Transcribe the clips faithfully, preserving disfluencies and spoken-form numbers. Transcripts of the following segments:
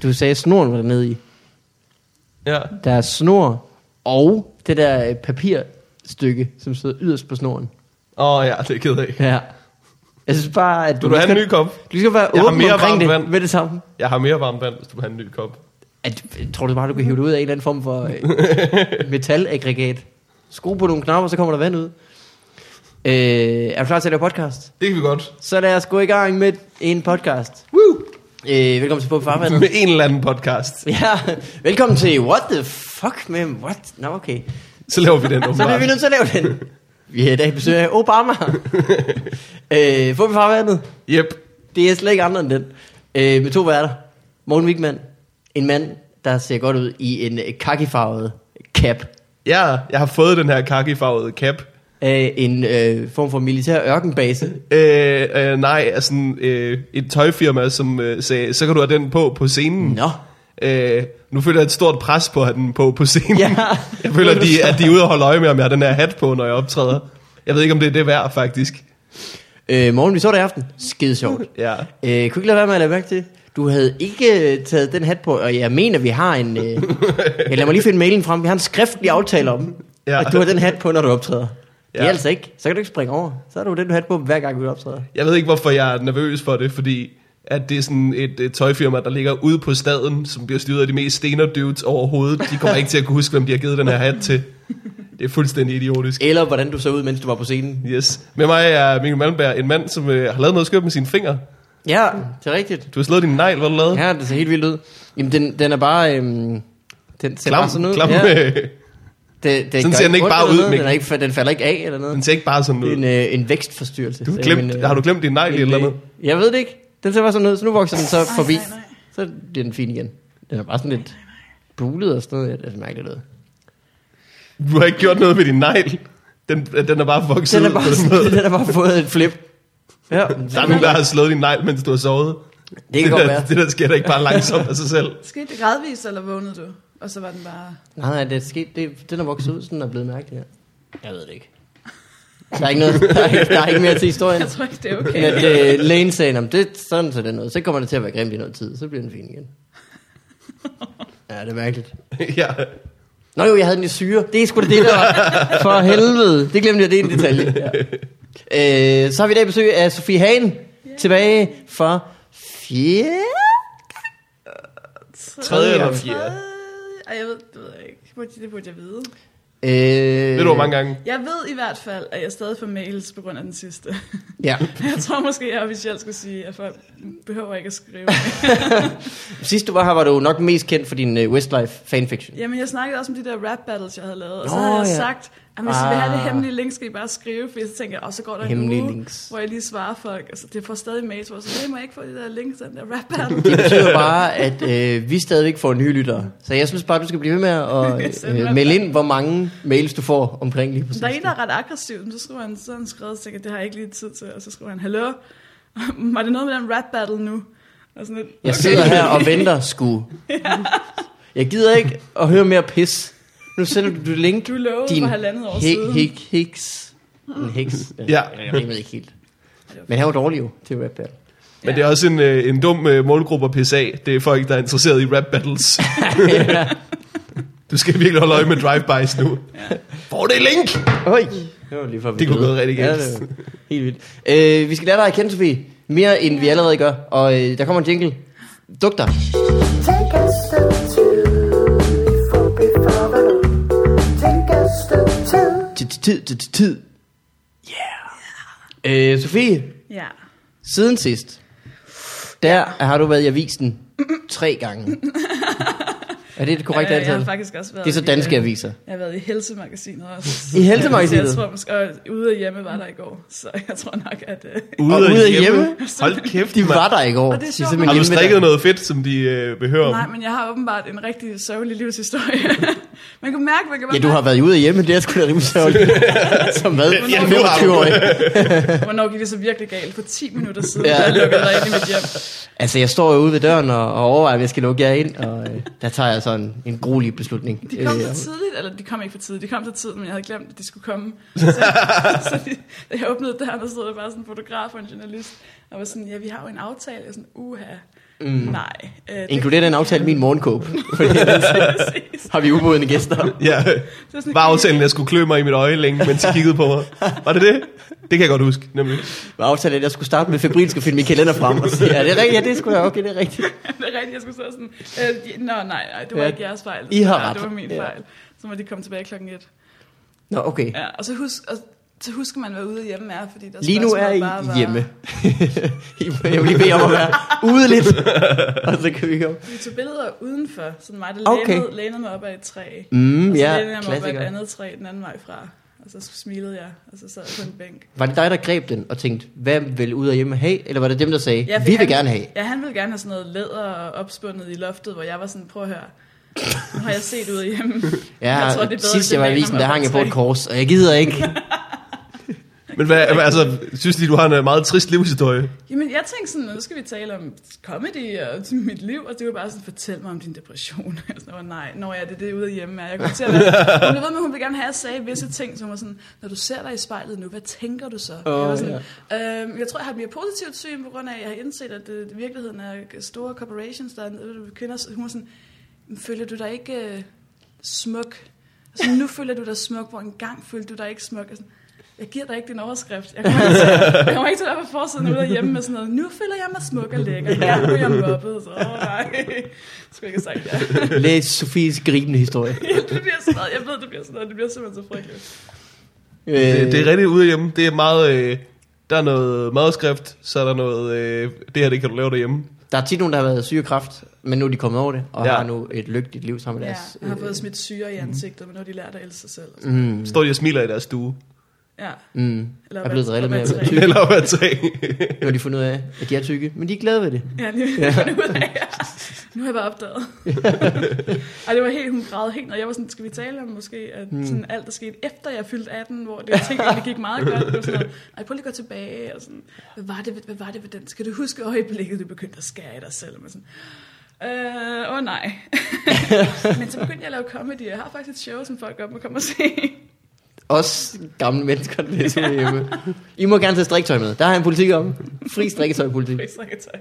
du sagde, snoren var dernede i. Ja. Der er snor og det der papirstykke, som sidder yderst på snoren. Åh oh, ja, det er ked af. Ja. Jeg synes bare, at du, du have skal, en ny kop? Du skal være jeg åben omkring det vand. med det samme. Jeg har mere varmt vand, hvis du vil have en ny kop. At, tror du bare, du kan hive det ud af en eller anden form for øh, metalaggregat? Skru på nogle knapper, så kommer der vand ud. Øh, er du klar til at lave podcast? Det kan vi godt. Så lad os gå i gang med en podcast. Woo! Øh, velkommen til På Farvandet. Med en eller anden podcast. Ja, velkommen til What the fuck med what? Nå, okay. Så laver vi den. Så bliver vi nødt til at lave den. Vi har i dag besøg af Obama. øh, På Farvandet. Yep. Det er slet ikke andre end den. Øh, med to værter. Morten Wigman. En mand, der ser godt ud i en kakifarvet cap. Ja, jeg har fået den her kakifarvede cap. Af en øh, form for militær ørkenbase. Øh, øh, nej, altså øh, et tøjfirma, som øh, sagde, så kan du have den på på scenen. Nå. Øh, nu føler jeg et stort pres på at have den på på scenen. Ja. Jeg føler, at de, at de er ude og holde øje med, om jeg har den her hat på, når jeg optræder. Jeg ved ikke, om det er det værd, faktisk. Øh, morgen, vi så det i aften. Skide sjovt. Ja. Øh, kunne ikke lade være med at lade mærke til. Du havde ikke taget den hat på, og jeg mener, vi har en... Øh, jeg lader mig lige finde mailen frem. Vi har en skriftlig aftale om, ja. At du har den hat på, når du optræder. Ja. Det er altså ikke. Så kan du ikke springe over. Så har du den hat på, hver gang vi optræder. Jeg ved ikke, hvorfor jeg er nervøs for det, fordi at det er sådan et, et tøjfirma, der ligger ude på staden, som bliver styret af de mest stener-dudes overhovedet. De kommer ikke til at kunne huske, hvem de har givet den her hat til. Det er fuldstændig idiotisk. Eller hvordan du så ud, mens du var på scenen. Yes. Med mig er Mikkel Malmberg, en mand, som øh, har lavet noget skørt med sine fingre. Ja, det er rigtigt. Du har slået din negl, hvad har du lavet? Ja, det ser helt vildt ud. Jamen, den, den er bare... Øhm, den ser klam, bare sådan ud. Klam, ja. det, det sådan ser den ikke bare ud, den, er ikke, den falder ikke af eller noget. Den ser ikke bare sådan ud. Det er en, øh, en vækstforstyrrelse. Du har, glemt, min, øh, har du glemt din negl eller noget? Jeg ved det ikke. Den ser bare sådan ud, så nu vokser den så Ej, forbi. nej, nej. Så bliver den fin igen. Den er bare sådan lidt bulet og sådan noget. Ja, det er mærkeligt ud. Du har ikke gjort noget med din negl. Den, den er bare vokset den er bare, ud. Den er bare fået et flip. Ja, der er nogen, der har slået din negl, mens du har sovet. Det kan det godt der, være. Det der sker der ikke bare langsomt af sig selv. Skete det gradvist, eller vågnede du? Og så var den bare... Nej, nej, det er sket, det, den er vokset ud, så den er blevet mærkelig her. Jeg ved det ikke. Der er ikke, noget, der er, der er ikke mere til historien. Jeg tror ikke, det er okay. Men at uh, lægen sagde, om det sådan så det er noget. Så kommer det til at være grimt i noget tid, så bliver den fin igen. Ja, det er mærkeligt. Ja. Nå jo, jeg havde den i syre. Det er sgu da det, der var. For helvede. Det glemte jeg, det er en detalje. Ja. Øh, så har vi i dag besøg af Sofie Hagen. Yeah. Tilbage for fjerde... Tredje eller fjerde? Ej, jeg ved, det ved jeg ikke. Det burde jeg vide. Øh, ved du hvor mange gange? Jeg ved i hvert fald, at jeg stadig får mails på grund af den sidste. Ja. Jeg tror måske, jeg officielt skulle sige, at folk behøver ikke at skrive. Sidst du var her, var du nok mest kendt for din uh, Westlife fanfiction. Jamen, jeg snakkede også om de der rap battles, jeg havde lavet. Og så Nå, havde jeg ja. sagt, at hvis I vil have det hemmelige link, skal I bare skrive. For så tænker jeg, og så går der en uge, links. hvor jeg lige svarer folk. Altså, det får stadig mails, hvor så det må jeg ikke få de der links, den der rap battle. Det betyder bare, at øh, vi stadigvæk får nye lyttere. Så jeg synes bare, du skal blive ved med at øh, melde ind, hvor mange mails du får omkring lige præcis. Der er en, der er ret aggressiv, så skriver han sådan skrevet, så det har jeg ikke lige tid til. Og så skriver han, hallo, var det noget med den rap battle nu? Og sådan lidt, okay. Jeg sidder her og venter, sku. Jeg gider ikke at høre mere pis. Nu sender du link. Du lovede din for halvandet år he- siden. He- heks. En heks. Ja. Jeg ved ikke helt. Men han var dårlig jo til rap battle. Men det er også en, øh, en dum øh, målgruppe at pisse af. Det er folk, der er interesseret i rap battles. Ja. Du skal virkelig holde øje med drive-bys nu. Ja. Får det link? Oj. Det var lige for, det kunne gå rigtig galt. Ja, det var helt vildt. Øh, vi skal lære dig at kende, Sofie. Mere end vi allerede gør. Og øh, der kommer en jingle. Duk dig. Take a step two before before Take a step two. Tid, tid, tid, tid. Yeah. Øh, Sofie, Ja. siden sidst, der har du været i avisen tre gange. Er det det korrekte Jeg har antal? faktisk også været Det er så i, danske øh, aviser. Jeg har været i Helsemagasinet også. I Helsemagasinet? Jeg tror måske, og ude af hjemme var der i går, så jeg tror nok, at... Uh... Ude og ude af hjemme? Hold kæft, De man. var der i går. Og det er De sjovt, simpelthen Har du hjemme strikket der. noget fedt, som de øh, behøver om? Nej, men jeg har åbenbart en rigtig sørgelig livshistorie. Man kan mærke, man kan Ja, du har været ude af hjemme, det er sgu da rimelig sørgeligt. Som hvad? Ja, nu har du. femogtyve-årig. Hvornår gik det så virkelig galt? For ti minutter siden, Ja. ja. Jeg lukkede dig ind i mit hjem. Altså, jeg står jo ude ved døren og, og overvejer, at jeg skal lukke jer ind, og øh, der tager jeg sådan en gruelig beslutning. De kom Øh, for tidligt, eller de kom ikke for tidligt, de kom så tidligt, men jeg havde glemt, at de skulle komme. Så, så de, da jeg åbnede døren, der stod der bare sådan en fotograf og en journalist, og var sådan, ja, vi har jo en aftale. Jeg var sådan, uha, Mm. Nej. Øh, Inkluderer den aftale min morgenkåb. Har vi ubådende gæster. Ja, var aftalen, at jeg skulle klø mig i mit øje længe, mens jeg kiggede på mig. Var det det? Det kan jeg godt huske, nemlig. Var aftalen, at jeg skulle starte med febrilsk at finde min kalender frem og sige, ja, det er rigtigt, ja, det skulle jeg, okay, det er rigtigt. Det er rigtigt, jeg skulle så sådan, øh, nå, nej, nej, det var ja, ikke jeres fejl. I har ja, ret. Det var min ja. fejl. Så må de komme tilbage klokken et. Nå, okay. Ja, og så husk, og så husker man, hvad ude hjemme er, fordi der lige nu er I bare hjemme. Jeg vil lige bede om at være ude lidt, og så kan vi komme. Vi tog billeder udenfor, så mig, der okay. lænede, lænede mig op ad et træ. Mm, og så ja, lænede jeg mig op ad et klassiker. andet træ den anden vej fra. Og så smilede jeg, og så sad jeg på en bænk. Var det dig, der greb den og tænkte, hvad vil ud og hjemme have? Eller var det dem, der sagde, ja, vi vil han, gerne have? Ja, han ville gerne have sådan noget læder opspundet i loftet, hvor jeg var sådan, prøv at høre. Nu har jeg set ud af hjemme. Ja, jeg tror, det er bedre, sidst jeg var i avisen, der hang jeg på et kors, og jeg gider ikke. Men hvad, altså, synes de, du har en meget trist livshistorie? Jamen, jeg tænkte sådan, nu skal vi tale om comedy og mit liv, og det var bare sådan, fortæl mig om din depression. Jeg var nej, når jeg det, det er ude af hjemme. Jeg kom til at være, hun blev ved med, hun ville gerne have, at jeg sagde visse ting, som var sådan, når du ser dig i spejlet nu, hvad tænker du så? Oh, jeg var sådan, ja. øhm, jeg tror, jeg har et mere positivt syn, på grund af, at jeg har indset, at det, i virkeligheden er store corporations, der er kvinder. Hun var sådan, føler du dig ikke uh, smuk? Altså, nu føler du dig smuk, hvor engang følte du dig ikke smuk? Altså, jeg giver dig ikke din overskrift. Jeg kommer ikke til, jeg kommer ikke til at være på forsiden ude hjemme med sådan noget. Nu føler jeg mig smuk og lækker. Jeg blev jeg mobbet. Så, åh nej. Skulle ikke have sagt ja. Læs Sofies gribende historie. Ja, det bliver sådan noget. Jeg ved, det bliver sådan noget. Det bliver simpelthen så frygteligt. Øh, det, det er rigtig ude hjemme. Det er meget... Øh, der er noget madskrift, så er der noget... Øh, det her, det kan du lave derhjemme. Der er tit nogen, der har været syge kræft, men nu er de kommet over det, og ja. har nu et lykkeligt liv sammen med ja, deres... jeg har fået smidt syre i ansigtet, men nu har de lært at elske sig selv. Mm. Står de og smiler i deres stue. Ja. Mm. Eller er blevet drillet med at være tykke. Eller være træ. Nu har de fundet ud af, at de er tykke, men de er glade ved det. Ja, de har fundet ud af, ja. Nu har jeg bare opdaget. Ej, det var helt, hun græd helt, og jeg var sådan, skal vi tale om måske, at mm. sådan alt, der skete efter jeg fyldte atten, hvor det, jeg tænkte, det gik meget godt. Det var sådan noget, nej, prøv lige at gå tilbage, og sådan, hvad var det, hvad var det ved den? Skal du huske øjeblikket, du begyndte at skære i dig selv? Og sådan, åh øh, oh, nej. Men så begyndte jeg at lave comedy. Jeg har faktisk et show, som folk godt må komme og se. Også gamle mennesker, der er sådan hjemme. I må gerne tage strikketøj med. Der har jeg en politik om. Fri strikketøj-politik. Fri strikketøj.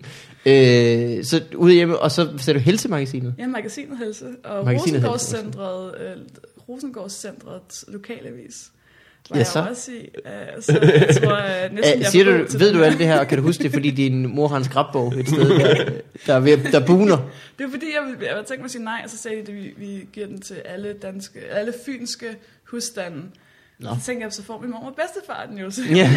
Øh, så ude hjemme, og så ser du Helsemagasinet. Ja, Magasinet Helse. Og Magasinet Rosengårdscentret, øh, Rosengårdscentrets lokalavis. Var ja, jeg så. også i. Uh, så jeg tror uh, næsten, Æ, jeg siger du, til ved du alt det her, og kan du huske det, fordi din mor har en skrabbog et sted, der, der, der, der buner? Det var fordi, jeg, jeg tænkte mig at sige nej, og så sagde de, at vi, vi giver den til alle danske, alle fynske husstande. Nå. Så tænkte jeg, så får min mor og bedstefar den jo. Så, ja.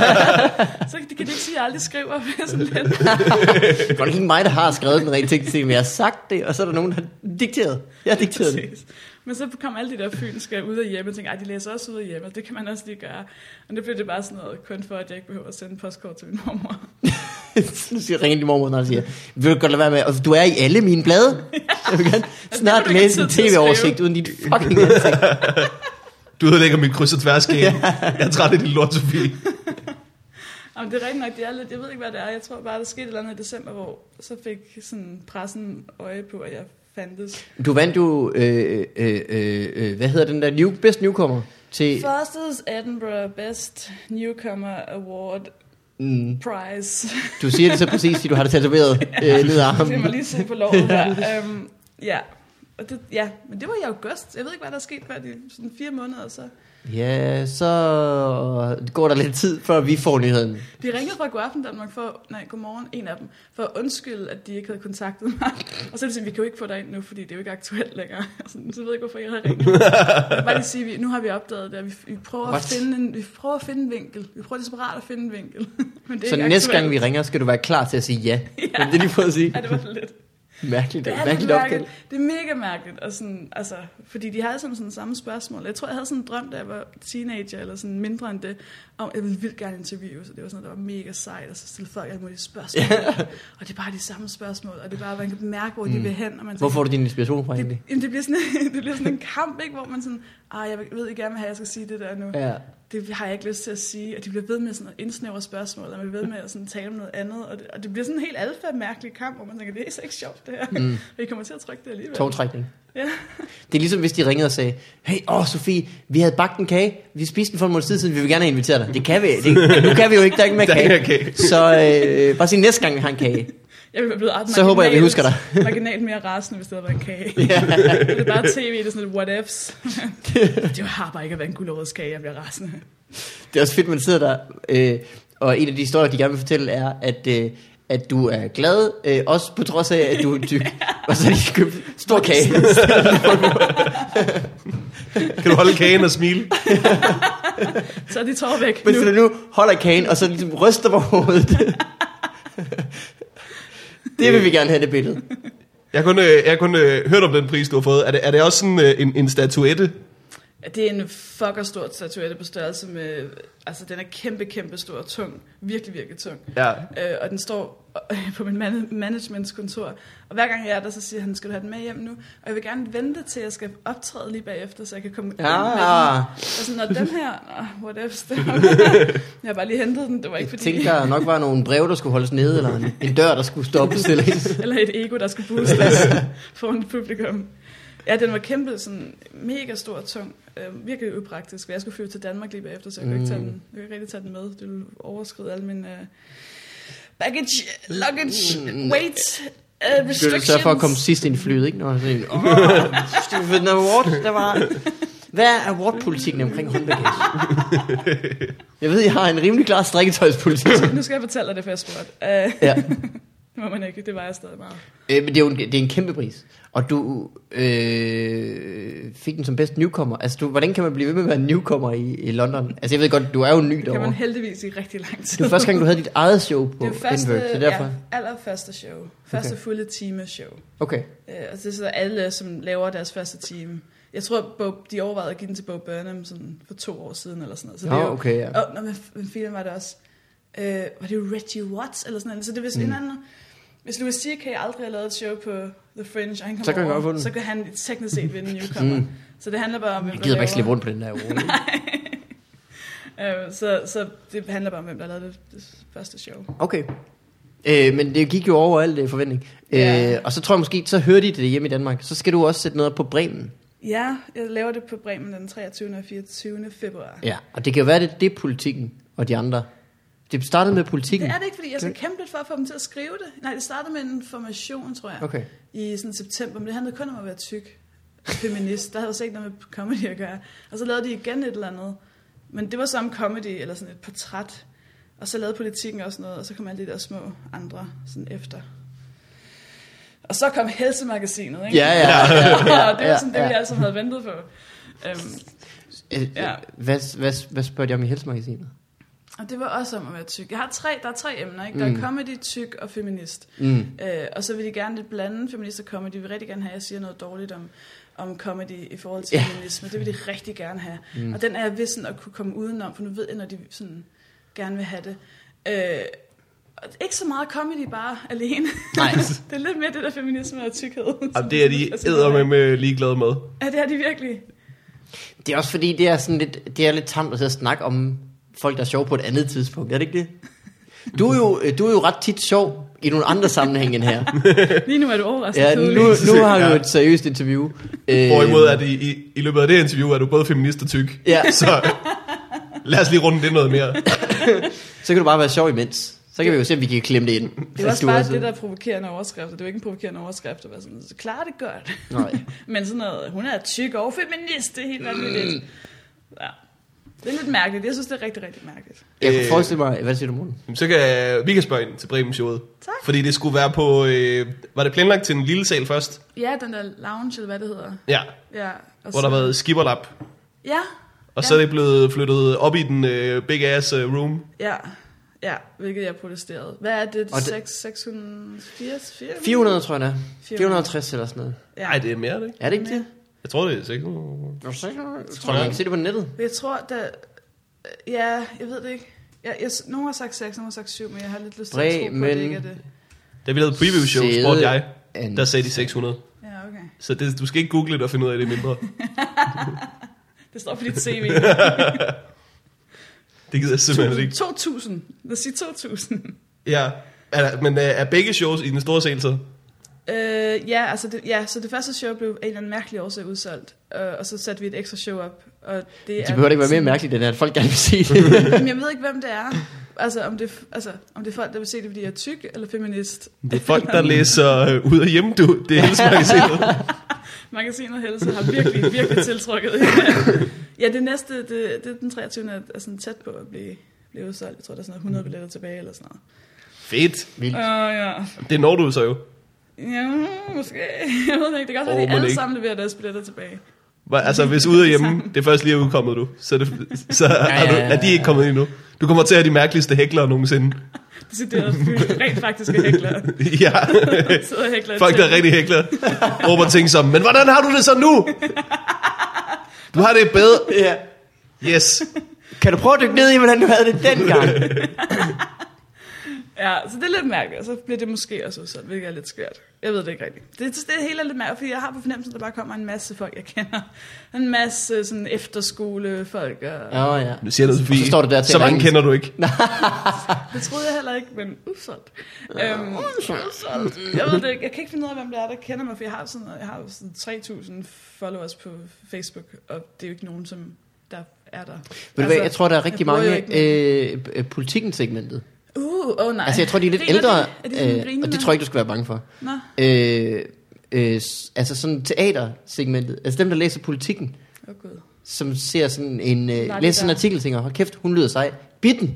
Så kan de ikke sige, at jeg aldrig skriver. Sådan lidt. Det er ikke mig, der har skrevet den rent ting, men jeg har sagt det, og så er der nogen, der har dikteret. Jeg har dikteret det. Men så kom alle de der fynske ud af hjemme, og tænkte, at de læser også ud af hjemme, og det kan man også lige gøre. Og det blev det bare sådan noget, kun for, at jeg ikke behøver at sende postkort til min mormor. Nu siger ringer din mormor, når han siger, vil du godt lade være med, og du er i alle mine blade? Ja. Jeg vil gerne snart altså, læse en tv-oversigt uden dit fucking ansigt. Du ødelægger mit kryds og tværskæg. Jeg er træt af din lort, Sofie. Jamen, det er rigtig nok, det er lidt, jeg ved ikke, hvad det er. Jeg tror bare, der skete et eller andet i december, hvor så fik sådan pressen øje på, at jeg fandtes. Du vandt jo, øh, øh, øh, hvad hedder den der, new, Best Newcomer til... Fosters Edinburgh Best Newcomer Award mm. Prize. Du siger det så præcis, fordi du har det tatoveret øh, ned ad armen. Det må lige se på loven her. Um, ja. Og det, ja, men det var i august. Jeg ved ikke, hvad der er sket før de sådan fire måneder, så... Ja, så går der lidt tid, før vi får nyheden. De ringede fra Godaften Danmark for... Nej, godmorgen, en af dem. For at undskylde, at de ikke havde kontaktet mig. Og så er det sådan, vi kan jo ikke få dig ind nu, fordi det er jo ikke aktuelt længere. Så, så ved jeg ikke, hvorfor jeg har ringet. Jeg vil bare lige sige, nu har vi opdaget det, vi, vi, prøver at finde en, vi prøver at finde en vinkel. Vi prøver desperat at finde en vinkel. Men det er så næste aktuelt. Gang vi ringer, skal du være klar til at sige ja. Ja, det er lige prøvet at sige. Ja, det var lidt. Mærkeligt, det er mærkeligt opkald. Det er mega mærkeligt, og sådan, altså, fordi de havde sådan, sådan samme spørgsmål. Jeg tror, jeg havde sådan en drøm, da jeg var teenager, eller sådan mindre end det, om jeg ville vildt gerne interviewe, så det var sådan noget, der var mega sejt, og så stille folk alle mulige spørgsmål. Yeah. Og det er bare de samme spørgsmål, og det er bare, man kan mærke, hvor mm. de vil hen. Og man tænker, hvor får du din inspiration fra egentlig? Det, det, bliver sådan, det bliver sådan en kamp, ikke, hvor man sådan, ah, jeg ved ikke gerne, hvad jeg skal sige det der nu. Ja. Det har jeg ikke lyst til at sige, og de bliver ved med sådan at indsnævre spørgsmål, og man bliver ved med at sådan tale om noget andet, og det, og det bliver sådan en helt alfa-mærkelig kamp, hvor man tænker, det er så ikke sjovt det her, mm. og I kommer til at trykke det alligevel. Togtrækning. Ja. Det er ligesom hvis de ringede og sagde, hey, åh Sofie, vi havde bagt en kage, vi spiste den for en måned tid siden, vi vil gerne invitere dig. Det kan vi, det, nu kan vi jo ikke, der er ikke mere kage. Så øh, bare sige næste gang, vi har en kage. Jeg ville være blevet ret Så håber jeg, vi husker dig. marginalt mere rasende, hvis det havde været en kage. Yeah. Det er bare tv, det er sådan lidt what-ifs. Det har bare ikke at være en gulerodskage, jeg bliver rasende. Det er også fedt, man sidder der, øh, og en af de historier, de gerne vil fortælle, er, at, øh, at du er glad, øh, også på trods af, at du er tyk. Og så har de købt stor kage. Kan du holde kagen og smile? Så er de tårer væk Men nu. så du nu holder kagen, og så ligesom ryster på hovedet. Det vil vi gerne have, det billede. Jeg har kun, øh, jeg har kun øh, hørt om den pris, du har fået. Er det, er det også sådan øh, en, en statuette? Det er en fucker stor statuette på størrelse med... Altså, den er kæmpe, kæmpe stor og tung. Virkelig, virkelig tung. Ja. Øh, og den står på min man- managementskontor. Og hver gang jeg er der, så siger han, skal du have den med hjem nu? Og jeg vil gerne vente til, jeg skal optræde lige bagefter, så jeg kan komme Ja. ind med den. Og sådan, når den her... Oh, what else? Jeg har bare lige hentet den. Det var ikke Jeg fordi... tænkte, der nok var nogle breve, der skulle holdes nede, eller en, en dør, der skulle stoppes. Eller, Eller et ego, der skulle boostes foran publikum. Ja, den var kæmpe, sådan mega stor og tung. Øh, virkelig upraktisk. Jeg skulle flyve til Danmark lige bagefter, så jeg kunne Mm. ikke tage den. Jeg kunne ikke rigtig tage den med. Det ville overskride alle mine uh, baggage, luggage, Mm. weight, uh, Skal du restrictions. sørge for at komme sidst ind i flyet, ikke? Nå, sådan, åh, Stephen Award, der var... Hvad er award-politikken omkring håndbagage? Jeg ved, jeg har en rimelig klar strikketøjspolitik. Nu skal jeg fortælle dig det, for jeg spurgte. Uh, Ja. det må man ikke, det var jeg stadig meget. Øh, men det er jo en, det er en kæmpe pris. Og du øh, fik den som bedst newcomer. Altså, du, hvordan kan man blive ved med at være newcomer i, i London? Altså, jeg ved godt, du er jo ny Det kan derovre. man heldigvis i rigtig lang tid. Det var første gang, du havde dit eget show på Det er første, Edinburgh, så derfor... ja, allerførste show. Første Okay. fulde time show. Okay. Øh, og det er så alle, som laver deres første time. Jeg tror, Bo, de overvejede at give den til Bo Burnham sådan for to år siden, eller sådan noget. Så det Nå, er jo, okay, ja. Og, når man, man film var det også, øh, var det jo Reggie Watts, eller sådan noget. Så det er hvis mm. en anden... Hvis Louis C K aldrig har lavet et show på The Fringe, og han kommer Så kan han over, godt få den. så kan han teknisk set vinde newcomer. mm. Så det handler bare om, hvem Jeg der gider bare ikke laver- slippe rundt på den der uge. Øh, så, så det handler bare om, hvem der har lavet det, det første show. Okay. Øh, men det gik jo over alt det forventning. Ja. Øh, og så tror jeg måske, så hørte I det hjemme i Danmark. Så skal du også sætte noget op på Bremen. Ja, jeg laver det på Bremen den treogtyvende og fireogtyvende februar. Ja, og det kan jo være, det, det er politikken og de andre. Det startede med politikken. Det er det ikke, fordi jeg skal kæmpe lidt for at få dem til at skrive det. Nej, det startede med en information, tror jeg, Okay. i sådan september. Men det handlede kun om at være tyk og feminist. Der havde også ikke noget med comedy at gøre. Og så lavede de igen et eller andet. Men det var samme comedy, eller sådan et portræt. Og så lavede politikken også noget, og så kom alle de der små andre sådan efter. Og så kom Helsemagasinet, ikke? Ja, ja, ja, ja, og det var sådan det, ja, vi ja. alle sammen havde ventet på. Um, Øh, Ja. hvad, hvad, hvad spørger de om i Helsemagasinet? Og det var også om at være tyk. Jeg har tre, der er tre emner, ikke? Der er Mm. comedy, tyk og feminist. Mm. Øh, og så vil de gerne lidt blande feminist og comedy. De vil rigtig gerne have, at jeg siger noget dårligt om, om comedy i forhold til Ja. feminisme. Det vil de rigtig gerne have. Mm. Og den er jeg ved sådan at kunne komme udenom, for nu ved jeg, når de sådan gerne vil have det. Øh, og ikke så meget comedy bare alene. Nej. det er lidt mere det der feminisme og tykkhed. Jamen, det er de eddermame ligeglade med. Ja, det er de virkelig. Det er også fordi, det er, sådan lidt, det er lidt tamt at sidde og snakke om folk, der er sjov på et andet tidspunkt. Er det ikke det? Du er jo, du er jo ret tit sjov i nogle andre sammenhænge end her. Lige nu er du overrasket. Ja, nu, nu har du jo et seriøst interview. Hvorimod at i, i, i løbet af det interview er du både feminist og tyk. Ja. Så lad os lige runde det noget mere. Så kan du bare være sjov imens. Så kan vi jo se, om vi kan klemme det ind. Det er også bare det der provokerende overskrifter. Det er jo ikke en provokerende overskrift at være sådan, så klarer det godt. Nej. Men sådan noget, hun er tyk og feminist, det er helt vanvittigt. Ja. Det er lidt mærkeligt. Jeg synes, det er rigtig, rigtig mærkeligt. Jeg kan Øh. forestille mig, hvad siger du, Morten? Så kan vi kan spørge ind til Bremen-showet. Tak. Fordi det skulle være på... Øh, var det planlagt til en lille sal først? Ja, den der lounge, eller hvad det hedder. Ja. Ja, og Hvor der har været skipperlap. Ja, Og Ja. så er det blevet flyttet op i den øh, big ass øh, room. ja, ja, hvilket jeg protesterede. Hvad er det? Og det- seks- seks hundrede firs? fire hundrede, tror jeg, det er. fire hundrede og tres eller sådan noget. Ja. Nej, det er mere, det ikke? Er det ikke det? Jeg tror, det er seks hundrede. Jeg tror, man kan se det på nettet. Jeg tror, der... Ja, jeg ved det ikke. Jeg, jeg, nogen har sagt seks, nogen har sagt syv, men jeg har lidt lyst til at tro på, at det Bremen. ikke er det. Da vi lavede preview show, Sæde spurgte jeg, an- der sagde de seks hundrede. Ja, okay. Så det, du skal ikke google det og finde ud af, det er mindre. Det står på dit C V. Det gider jeg simpelthen ikke. to tusind. Lad os sige to tusind. Ja, er, men øh, er begge shows i den store sal så? Øh, ja, altså det, ja, så det første show blev af en eller anden mærkelig årsag udsolgt. Øh, og så satte vi et ekstra show op. Og det Det er behøver ikke være mere sådan- mærkeligt, end at folk gerne vil se det. Jamen, jeg ved ikke, hvem det er. altså, om det, altså, om det er folk, der vil se det, fordi jeg er tyk, eller feminist. Det er folk, der læser øh, ud af hjemme, du. Det er Helse-magasinet. Magasinet Helse har virkelig, virkelig tiltrykket. Ja, det næste, det, det er den treogtyvende er, er sådan tæt på at blive, blive udsolgt. Jeg tror, der er sådan noget hundrede billetter tilbage, eller sådan noget. Fedt. Vildt. Uh, ja. Det når du så jo. Ja, måske. Jeg ved det ikke. Det kan også være, Åh, at de må alle det sammen leverer deres billetter tilbage. Hva- Altså, hvis ude af hjemme, det er først lige er udkommet du, så, det, så ja, er, du, ja, ja. er de ikke kommet endnu. Du kommer til at have de mærkeligste hæklere nogensinde. Det er rent faktiske hæklere. Ja, Sidder og hækler folk der er rigtig hæklere. Råber ting som, men hvordan har du det så nu? Du har det bedre. Ja. Yes. Kan du prøve at dykke ned i, hvordan du havde det dengang? Ja, så det er lidt mærkeligt, og så bliver det måske også udsolgt, hvilket er lidt skørt. Jeg ved det ikke rigtigt. Det, det, det hele er lidt mærkeligt, fordi jeg har på fornemmelsen, at der bare kommer en masse folk, jeg kender. En masse sådan efterskolefolk. Og... Ja, ja. Nu siger du, Sofie, så står du der til så mange engelsk. kender du ikke. Det troede jeg heller ikke, men udsolgt. Øhm, udsolgt. Jeg ved det ikke. Jeg kan ikke finde ud af, hvem det er, der kender mig, for jeg har sådan, jeg har sådan tre tusind followers på Facebook, og det er jo ikke nogen, som der er der. Ved du hvad, jeg tror, der er rigtig jeg bruger jo mange ikke øh, øh, Politikken-segmentet. Uh, oh nej. Altså, jeg tror, de er lidt Griner ældre, de? Er de sådan øh, grinende? og det tror jeg ikke, du skal være bange for. Nå. Øh, øh, s- altså sådan teatersegmentet. Altså dem, der læser Politikken, Åh, Gud. som ser sådan en, øh, Nej, læser sådan en der. artikel, og tænker, hold kæft, hun lyder sej. Bitten!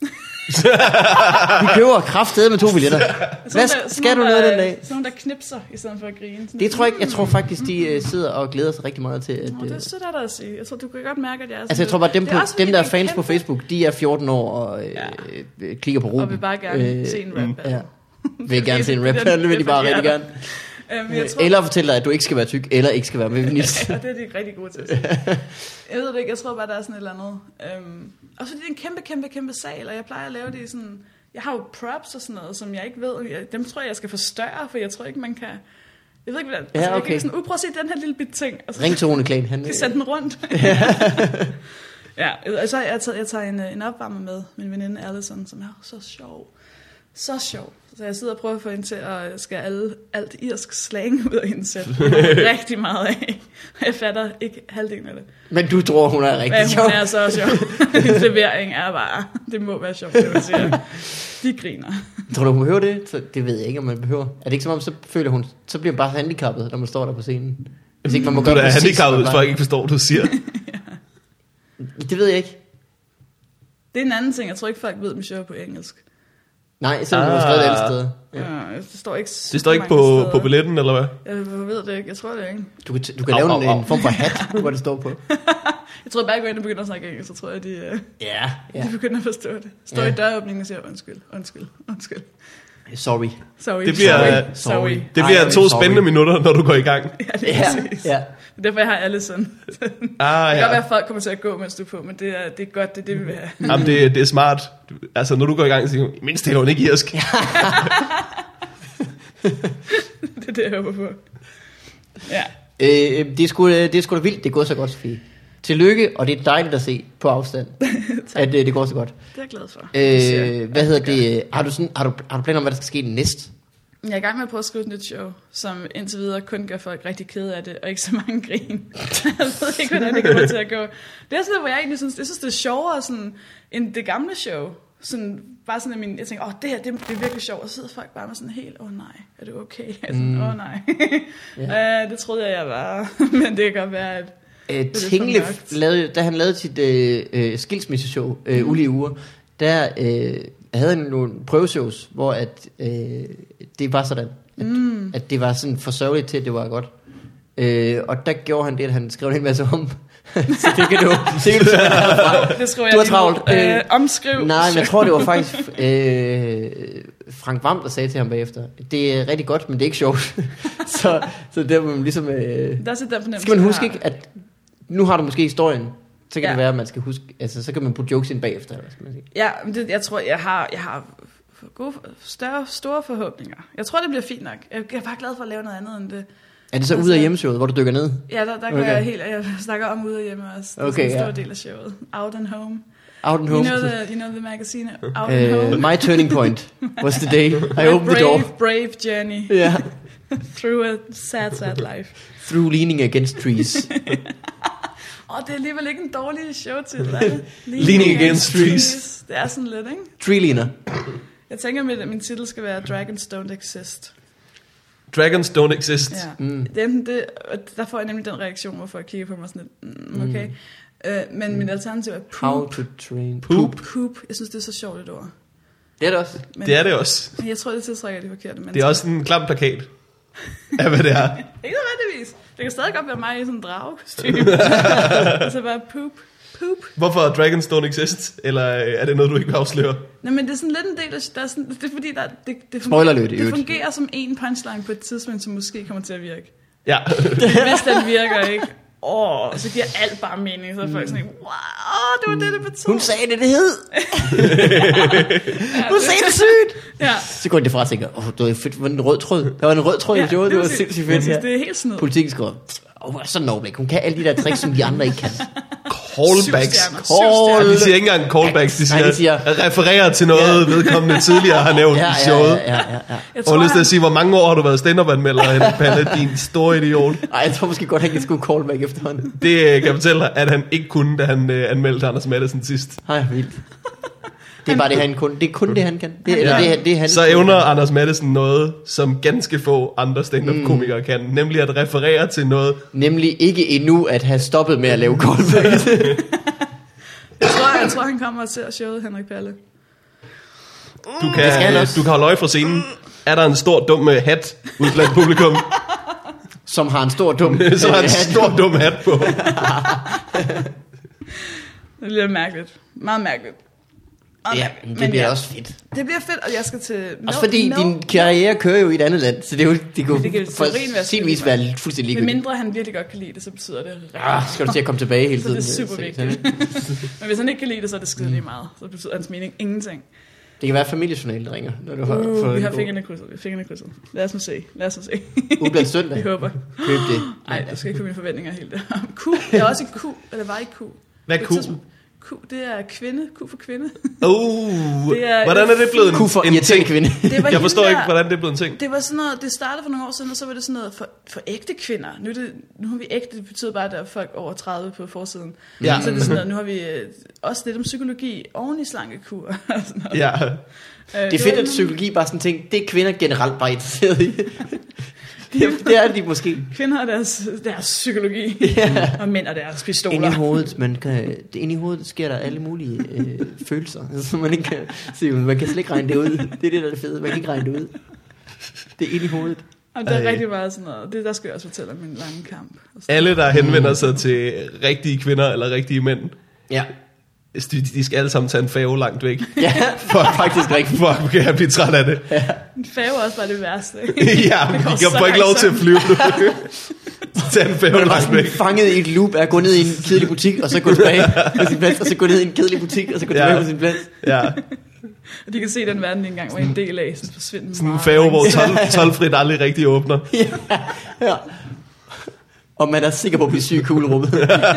Vi køber kraftedeme med to billetter. Hvad Sådan der- skal sådan du nogle, noget der- den dag? Sådan nogle, der knipser, i stedet for at grine. Sådan Det tror jeg ikke. Jeg tror faktisk, de øh, sidder og glæder sig rigtig meget til. At, Nå, det er øh, sødt af dig at sige. Jeg tror, du kan godt mærke, at jeg er sådan altså jeg tror bare, dem, lidt- på, det er også dem fordi, der er det fans kæmpe- på Facebook, de er fjorten år og øh, Ja. øh, klikker på Ruben. Og vil bare gerne se en rap mm, battle. Ja. Vil gerne se en Det er rap det, battle, vil de det bare er rigtig gerne. Øhm, jeg tror, Eller fortælle dig, at du ikke skal være tyk, eller ikke skal være feminist. og det er de rigtig gode til at sige. Jeg ved det ikke, jeg tror bare, der er sådan et eller andet. Øhm, også fordi det er en kæmpe, kæmpe, kæmpe sal, og jeg plejer at lave det i sådan... Jeg har jo props og sådan noget, som jeg ikke ved. Jeg, dem tror jeg, jeg skal forstørre, for jeg tror ikke, man kan... Jeg ved ikke, hvordan... Ja, Altså, jeg okay. kan ikke sådan, uh, prøv at se den her lille bit ting. Og så Ring til Rune Klan. Han, kan sende den rundt. Ja, altså jeg tager, jeg tager en, en opvarmer med, min veninde Allison, som er så sjov. Så sjov. Så jeg sidder og prøver at få hende til at skære alle, alt irsk slang ud af hendes sæt. Det er rigtig meget af. Jeg fatter ikke halvdelen af det. men du tror, hun er rigtig Men sjov. hun er så sjov. Hendes levering er bare, det må være sjovt, det vil sige. De griner. Tror du, hun behøver det? Så det ved jeg ikke, om man behøver. Er det ikke som om, så føler hun, så bliver man bare handicappet, når man står der på scenen? Hvis ikke man må Du gøre er da præcis, handicappet, hvad hvis man folk ikke forstår, hvad du siger. bare- Det ved jeg ikke. Det er en anden ting, jeg tror ikke folk ved, om show på engelsk. Nej, selvom du har skrevet alle steder. Ja. Ja, det står ikke Det står ikke super mange på, steder. på billetten, eller hvad? Jeg ved det ikke, jeg tror det ikke. Du kan, du kan Au, lave au, en, au. en form for hat, hvor det står på. Jeg tror bare, jeg går ind og begynder at snakke engelsk, så tror jeg, de, uh, Ja. ja. de begynder at forstå det. Står Ja. i døråbningen og siger, undskyld, undskyld, undskyld. Sorry. Sorry, Det bliver- sorry, sorry. sorry. Det Ej, bliver to sorry. spændende minutter, når du går i gang. Ja, det er Ja, præcis. ja. Det er derfor, jeg har alle sådan. Det kan Ah, godt ja. være, at folk kommer til at gå, mens du er på, men det er, det er godt, det er det, vi vil have. Jamen, det, det er smart. Du- Altså, når du går i gang, så siger du, mindst taler hun ikke irsk. Det er det, jeg håber på. Ja. Øh, det, er sgu, det er sgu da vildt, det går så godt, Sofie. Tillykke, og det er dejligt at se på afstand, at øh, det går så godt. Det er jeg glad for. Det siger jeg. Øh, hvad hedder det? Har du, sådan, har, du, har du planer om, hvad der skal ske næst? Jeg er i gang med at prøve at skrive et nyt show, som indtil videre kun gør folk rigtig kede af det, og ikke så mange grin. Jeg ved ikke, hvordan det kommer til at gå. Det er sådan, hvor jeg egentlig synes, jeg synes, det er sjovere sådan, end det gamle show. Sådan, bare sådan, at min, jeg tænker, åh, det her, det, det er virkelig sjovt. Og så sidder folk bare med sådan helt, åh nej, er det okay? Jeg er sådan, åh nej. Ja. uh, det troede jeg, jeg var. Men det kan godt være, at Øh, lidt for Tinglef, mørkt. lavede, da han lavede sit øh, øh, skilsmisseshow, øh, ulige uger, der øh, havde han nogle prøveshows, hvor at, øh, det var sådan, at, mm. at det var sådan for sørgeligt til, at det var godt. Øh, og der gjorde han det, at han skrev en hel masse om. Så det kan du, det kan du simpelthen herfra. det skriver Du jeg har lige travlt. ned. Øh, Øh, omskriv. Nej, men jeg tror, det var faktisk øh, Frank Vam, der sagde til ham bagefter, det er rigtig godt, men det er ikke sjovt. så, så der må man ligesom... Øh, Der er så den fornemmelse, skal man huske jeg ikke, at nu har du måske historien, så kan Ja. det være, at man skal huske, altså så kan man putte jokes ind bagefter, eller hvad skal man sige. Ja, men det, jeg tror, jeg har, jeg har gode, større, store forhåbninger. Jeg tror, det bliver fint nok. Jeg er bare glad for at lave noget andet end det. Er det så Altså- ude af hjemmeshowet, hvor du dykker ned? Ja, der, der går Okay. jeg helt, jeg snakker om ude og hjemme også. Det er Okay, sådan en stor ja. del af showet. Out and home. Out and You home. know the, you know the magazine Out and Uh, Home. my turning point was the day I My opened the brave, door. brave journey Yeah. through a sad, sad life. Through leaning against trees. Åh, det er alligevel ikke en dårlig showtitel, er det? Leaning Against Trees. Det er sådan lidt, ikke? Treeliner. Jeg tænker, at min titel skal være Dragons Don't Exist. Dragons Don't Exist. Ja. Mm. Det er enten det, og der får jeg nemlig den reaktion, hvorfor jeg kigger på mig sådan lidt, mm, okay. Mm. Øh, men mm. min alternativ er poop. How to train Poop. Poop. Jeg synes, det er så sjovt et ord. Det er det også. Men, Det er det også. Men jeg tror, det tiltrækker de forkerte mennesker. Det er også en klam plakat af, hvad det er. Ikke nødvendigvis. Det kan stadig godt være mig i sådan en dragekostyme. Og så bare poop. Poop. Hvorfor Dragons Don't Exist? Eller er det noget, du ikke vil afsløre? Nej, men det er sådan lidt en del af... Der er sådan, det er fordi, der, det, det, Spoiler fungerer, lidt, i det øvrigt. fungerer som en punchline på et tidspunkt, som måske kommer til at virke. Ja. Hvis den virker, ikke? Åh, oh, så giver alt bare mening. Så er folk sådan, wow, det var det, det betød. Hun sagde det, det hed. Hun sagde det sygt. Ja. Så går det fra og tænker, åh, det var fedt, det var en rød tråd. Der var en rød tråd i Ja, showet, det var præcis. sindssygt Jeg fedt. synes, Ja. det er helt snyd. Politikken skriver, åh, sådan en overblik. Hun kan alle de der tricks, som de andre ikke kan. Callbacks. Syv stjerner, syv Call- stjerner. De siger ikke engang callbacks, de siger, Nej, de siger- refererer til noget, vedkommende tidligere har nævnt Ja, i ja, showet. ja, ja, ja, ja. Jeg Og tror, lyst til han, at sige, hvor mange år har du været stand-up-anmelder, Henrik Palle, din store idiot. Ej, jeg tror måske godt, han kan skulle callback efterhånden. Det øh, kan jeg fortælle dig, at han ikke kunne, da han øh, anmeldte Anders Madsen sidst. Ej, vildt. Det er bare det, han kun. Det er kun det, han kan. Det, eller det, det, han Så evner Anders Madsen noget, som ganske få andre stand-up-komikere kan, nemlig at referere til noget. Nemlig ikke endnu at have stoppet med at lave callback. jeg, tror, jeg tror, han kommer og ser showet, Henrik Palle. Du Det skal han kan, også. du kan holde øje fra scenen. Er der en stor dum øh, hat ude blandt publikum, Som har en stor dum. så har han en stor dum hat på. Det bliver mærkeligt. Meget mærkeligt. Meget Ja, mærkeligt. men det Men bliver ja, også fedt. Det bliver fedt, og jeg skal til... Også fordi din karriere kører jo i et andet land, så det, er jo, det kunne Det kan for teorien være sin vis super. være fuldstændig Men ligegyldigt. mindre han virkelig godt kan lide det, så betyder det... Ah, skal du til at komme tilbage hele Så tiden? det er super Så- vigtigt. Men hvis han ikke kan lide det, så er det skide lige meget. Så betyder hans mening ingenting. Det kan være familiejournal, der ringer, når du har Uh, fået vi en har god- fingrene krydset. Vi har fingrene krydset. Lad os nu se. Lad os nu se. Ude blandt søndag. Vi håber. Køb det. Nej, jeg skal ikke få mine forventninger helt der. Q. Jeg er også i Q. Eller var i Q. Hvad er På et Q? tidspunkt. Q, det er kvinde. Q for kvinde. Uh, Det er- hvordan er det blevet Q for en, en irriterende ting? kvinde. Det var Jeg hende forstår der- ikke, hvordan det er blevet en ting. Det var sådan noget, det startede for nogle år siden, og så var det sådan noget for, for ægte kvinder. Nu er, det, nu har vi ægte, det betyder bare, at der er folk over tredive på forsiden. Ja. Så er det sådan noget, nu har vi øh, også lidt om psykologi oven i slankekur. og sådan noget. Ja. Øh, Det er fedt, at psykologi bare sådan ting, det er kvinder generelt bare interesseret i. Det, er- det er de måske. Kvinder og deres, deres psykologi, Ja. og mænd og deres pistoler. Inde i hovedet, man kan, det, inde i hovedet sker der alle mulige øh, følelser, så man ikke kan se, man kan slet ikke regne det ud. Det er det, der er det fede, man kan ikke regne det ud. Det er inde i hovedet. Og det er Ej. rigtig meget sådan noget. Det der skal jeg også fortælle om min lange kamp. Og sådan. Alle, der henvender sig til rigtige kvinder eller rigtige mænd, Ja, de, de skal alle sammen tage en færge langt væk. ja for faktisk rigtigt. Fuck, kan jeg blive træt af det. En færge er også bare det værste. Ja, men Det går de så kan få ikke lov til at langsomt. flyve. Tag en færge Man er bare langt sådan væk. fanget i et loop af at gå ned i en kedelig butik, og så gå tilbage på sin plads, og så gå ned i en kedelig butik, og så gå Ja. tilbage på sin plads. Ja, Og de kan se den verden, de engang var en del af, sådan forsvinde sådan en meget. færge, hvor tolv, tolvfrit aldrig rigtig åbner. Ja. Og man er sikker på at blive syg i kuglerummet.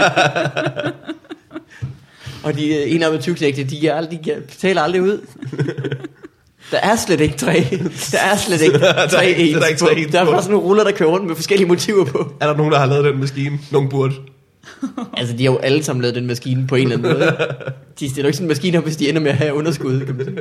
Og de øh, enarmede tyvknægte, de, er aldrig, de betaler aldrig ud. Der er slet ikke tre. Der er slet ikke Der er tre ikke- ens der er ikke på. tre ens Der er på. bare sådan nogle ruller, der kører rundt med forskellige motiver på. Er der nogen, der har lavet den maskine? Nogen burde. Altså, de har jo alle sammen lavet den maskine på en eller anden måde. De stiller jo ikke sådan en maskine op, hvis de ender med at have underskud, kan man sige.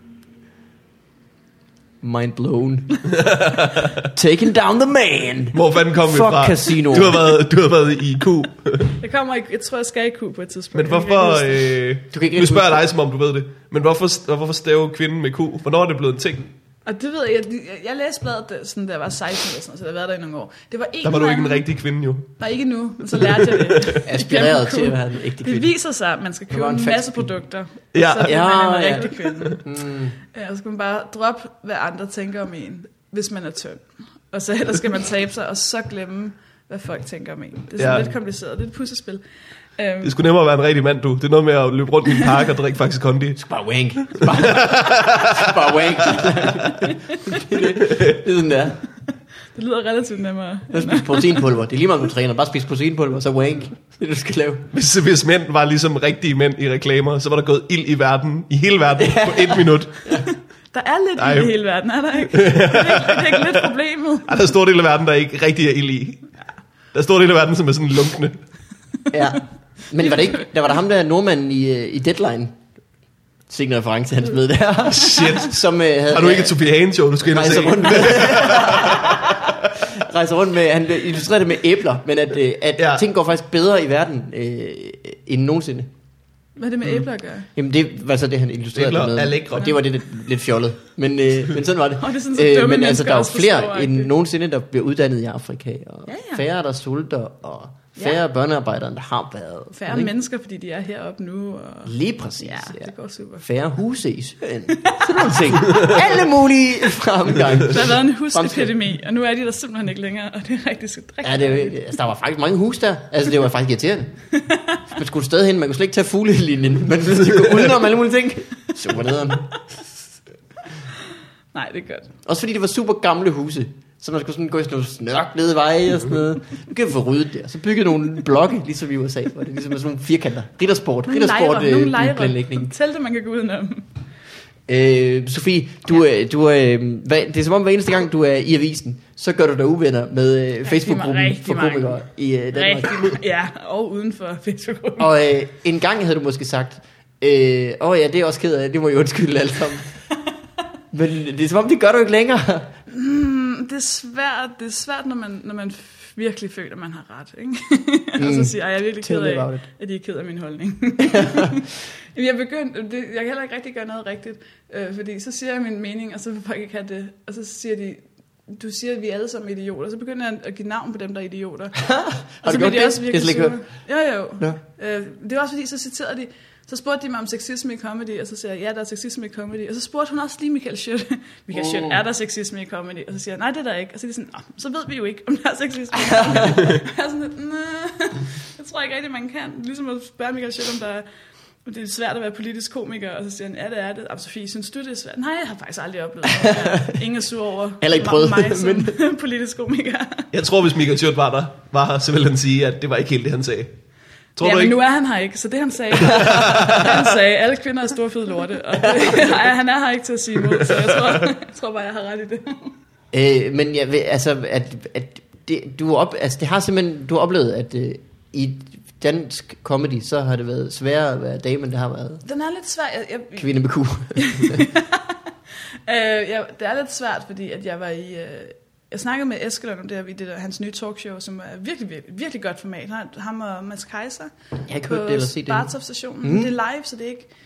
Mind blown. Taking down the man. Hvor fanden kom vi Fuck fra? casino. Du har været, du har været i Q. Jeg kommer ikke, jeg tror, jeg skal i Q på et tidspunkt. Men Jeg kan hvorfor... ikke huske det. Øh, Du kan ikke nu rigtig spørger jeg huske dig, som om du ved det. Men hvorfor, hvorfor stave kvinden med Q? Hvornår er det blevet en ting? Og det ved jeg, jeg, jeg læste bladet, da- sådan, da jeg var seksten eller sådan noget, så jeg har været der i nogle år. Det var en Der var du eller ikke en anden- rigtig kvinde, jo. Nej, ikke nu, men så lærte jeg det. Aspireret Igennem til at Q. være en ægte Det kvinde. viser sig, at man skal købe var en en falsk masse kvinde. produkter, Ja. så bliver Ja, man en ja. rigtig kvinde. Mm. Ja, så skal man bare droppe, hvad andre tænker om en, hvis man er tynd. Og så ellers skal man tabe sig, og så glemme, hvad folk tænker om en. Det er sådan Ja. lidt kompliceret. Det er et puslespil. Um, Det skulle nemmere være en rigtig mand, du. Det er noget med at løbe rundt i en park og drikke faktisk kondi. Bare wank. Bare, bare wank. det, det, det er sådan der. det lyder relativt nemmere. Du spise proteinpulver. Det er lige meget, du træner. Bare spise proteinpulver, så wank. Det er det, du skal lave. Hvis, hvis mænd var ligesom rigtige mænd i reklamer, så var der gået ild i verden, i hele verden, på et minut. Der er lidt Ej. i hele verden, er der ikke? Det er ikke, det er ikke lidt problemet. Ej, der er en stor del af verden, der ikke rigtig er ild i. Der er en stor del af verden, som er sådan lunkne. Ja. Men var det ikke, der var der ham der nordmanden i, øh, i Deadline, sikkert en reference til hans møde der. Shit. Som, øh, havde, Har du ikke et Sofie Hagen show, du skal ind og se? Rundt med, rejser rundt med, han illustrerer det med æbler, men at, øh, at ja. ting går faktisk bedre i verden øh, end nogensinde. Hvad er det med æbler at gøre? Jamen det var så det, han illustrerede Æbler det med. er lækre. Og det var det lidt, lidt fjollet. Men, øh, men sådan var det. Oh, det er sådan, så øh, men altså, der er jo flere forstår, end nogensinde, der bliver uddannet i Afrika. Og ja, ja. færre, der sulter. Og færre ja. børnearbejdere, der har været. Færre mennesker, fordi de er heroppe nu. Og... Lige præcis. Ja, ja. det går super. Færre huse i Syrien. Sådan nogle ting. Alle mulige fremgang. Der har været en husepidemi, og nu er de der simpelthen ikke længere. Og det er rigtig, rigtig ja, det, altså, der var faktisk mange hus der. Altså, det var faktisk irriterende. Man skulle stadig hen, man kunne slet ikke tage fuglelinjen. Man skulle gå udenom alle mulige ting. Super nederen. Nej, det er godt. Også fordi det var super gamle huse. Så man skulle sådan gå i sådan nogle snørklede veje og sådan noget. Nu kan vi få ryddet det. Så byggede nogle blokke, ligesom i U S A, hvor det ligesom er sådan nogle firkanter. Rittersport. Rittersport øh, planlægning. Tælte, man kan gå udenom. Øh, Sofie, du, ja. øh, du, øh, hvad, det er som om hver eneste gang, du er i avisen, så gør du dig uvenner med øh, Facebook-gruppen for komikere i øh, Danmark. Rigtig, ja, og uden for Facebook-gruppen. Og øh, en gang havde du måske sagt, åh øh, oh ja, det er også ked af, det må jeg undskylde alt sammen. Men det er som om, det gør du ikke længere. Mm, det er svært, det er svært når, man, når man virkelig føler, at man har ret. Ikke? Mm. Og så siger jeg, jeg er virkelig ked af, at de er ked af min holdning. jeg, begyndte, det, jeg kan heller ikke rigtig gøre noget rigtigt, øh, fordi så siger jeg min mening, og så vil folk ikke have det. Og så siger de, du siger, at vi er alle sammen idioter. Og så begynder jeg at give navn på dem, der er idioter. Og så bliver de også virkelig sure. Jo, jo. Ja. Øh, det er også fordi, så citerede de, så spurgte de mig om sexisme i comedy, og så siger jeg, ja, der er sexisme i comedy. Og så spurgte hun også lige Michael Schødt. Michael oh. Schødt, er der sexisme i comedy? Og så siger jeg, nej, det er der ikke. Og så er de sådan, så ved vi jo ikke, om der er sexisme i comedy. Jeg er sådan lidt, nej, jeg tror ikke rigtig, man kan. Ligesom at spørge Michael Schødt, om der er, det er svært at være politisk komiker, og så siger han, ja, det er det. Og Sofie, synes du, det er svært? Nej, jeg har faktisk aldrig oplevet det. Ingen er sur over mig som men... politisk komiker. Jeg tror, hvis Michael Schødt var der, var her, så ville han sige, at det var ikke helt det, han sagde. Tror ja, du men ikke? nu er han her ikke, så det han sagde, han sagde, alle kvinder er store fede lorte, og det, nej, han er her ikke til at sige imod, så jeg tror, jeg tror bare, jeg har ret i det. Øh, men jeg ved, altså, at, at det, du op, altså, det har simpelthen, du har oplevet, at øh, i dansk comedy, så har det været sværere at være dame, end det har været. Den er lidt svær. Jeg, jeg, kvinde med ku. øh, jeg, det er lidt svært, fordi at jeg var i... Øh, jeg snakkede med Eskelund om det her, det der, hans nye talkshow, som er virkelig, virkelig, virkelig godt format. Ham og Mads Kaiser jeg har ikke hørt det eller set det. På Bartov-stationen. Mm. Det er live, så det er ikke...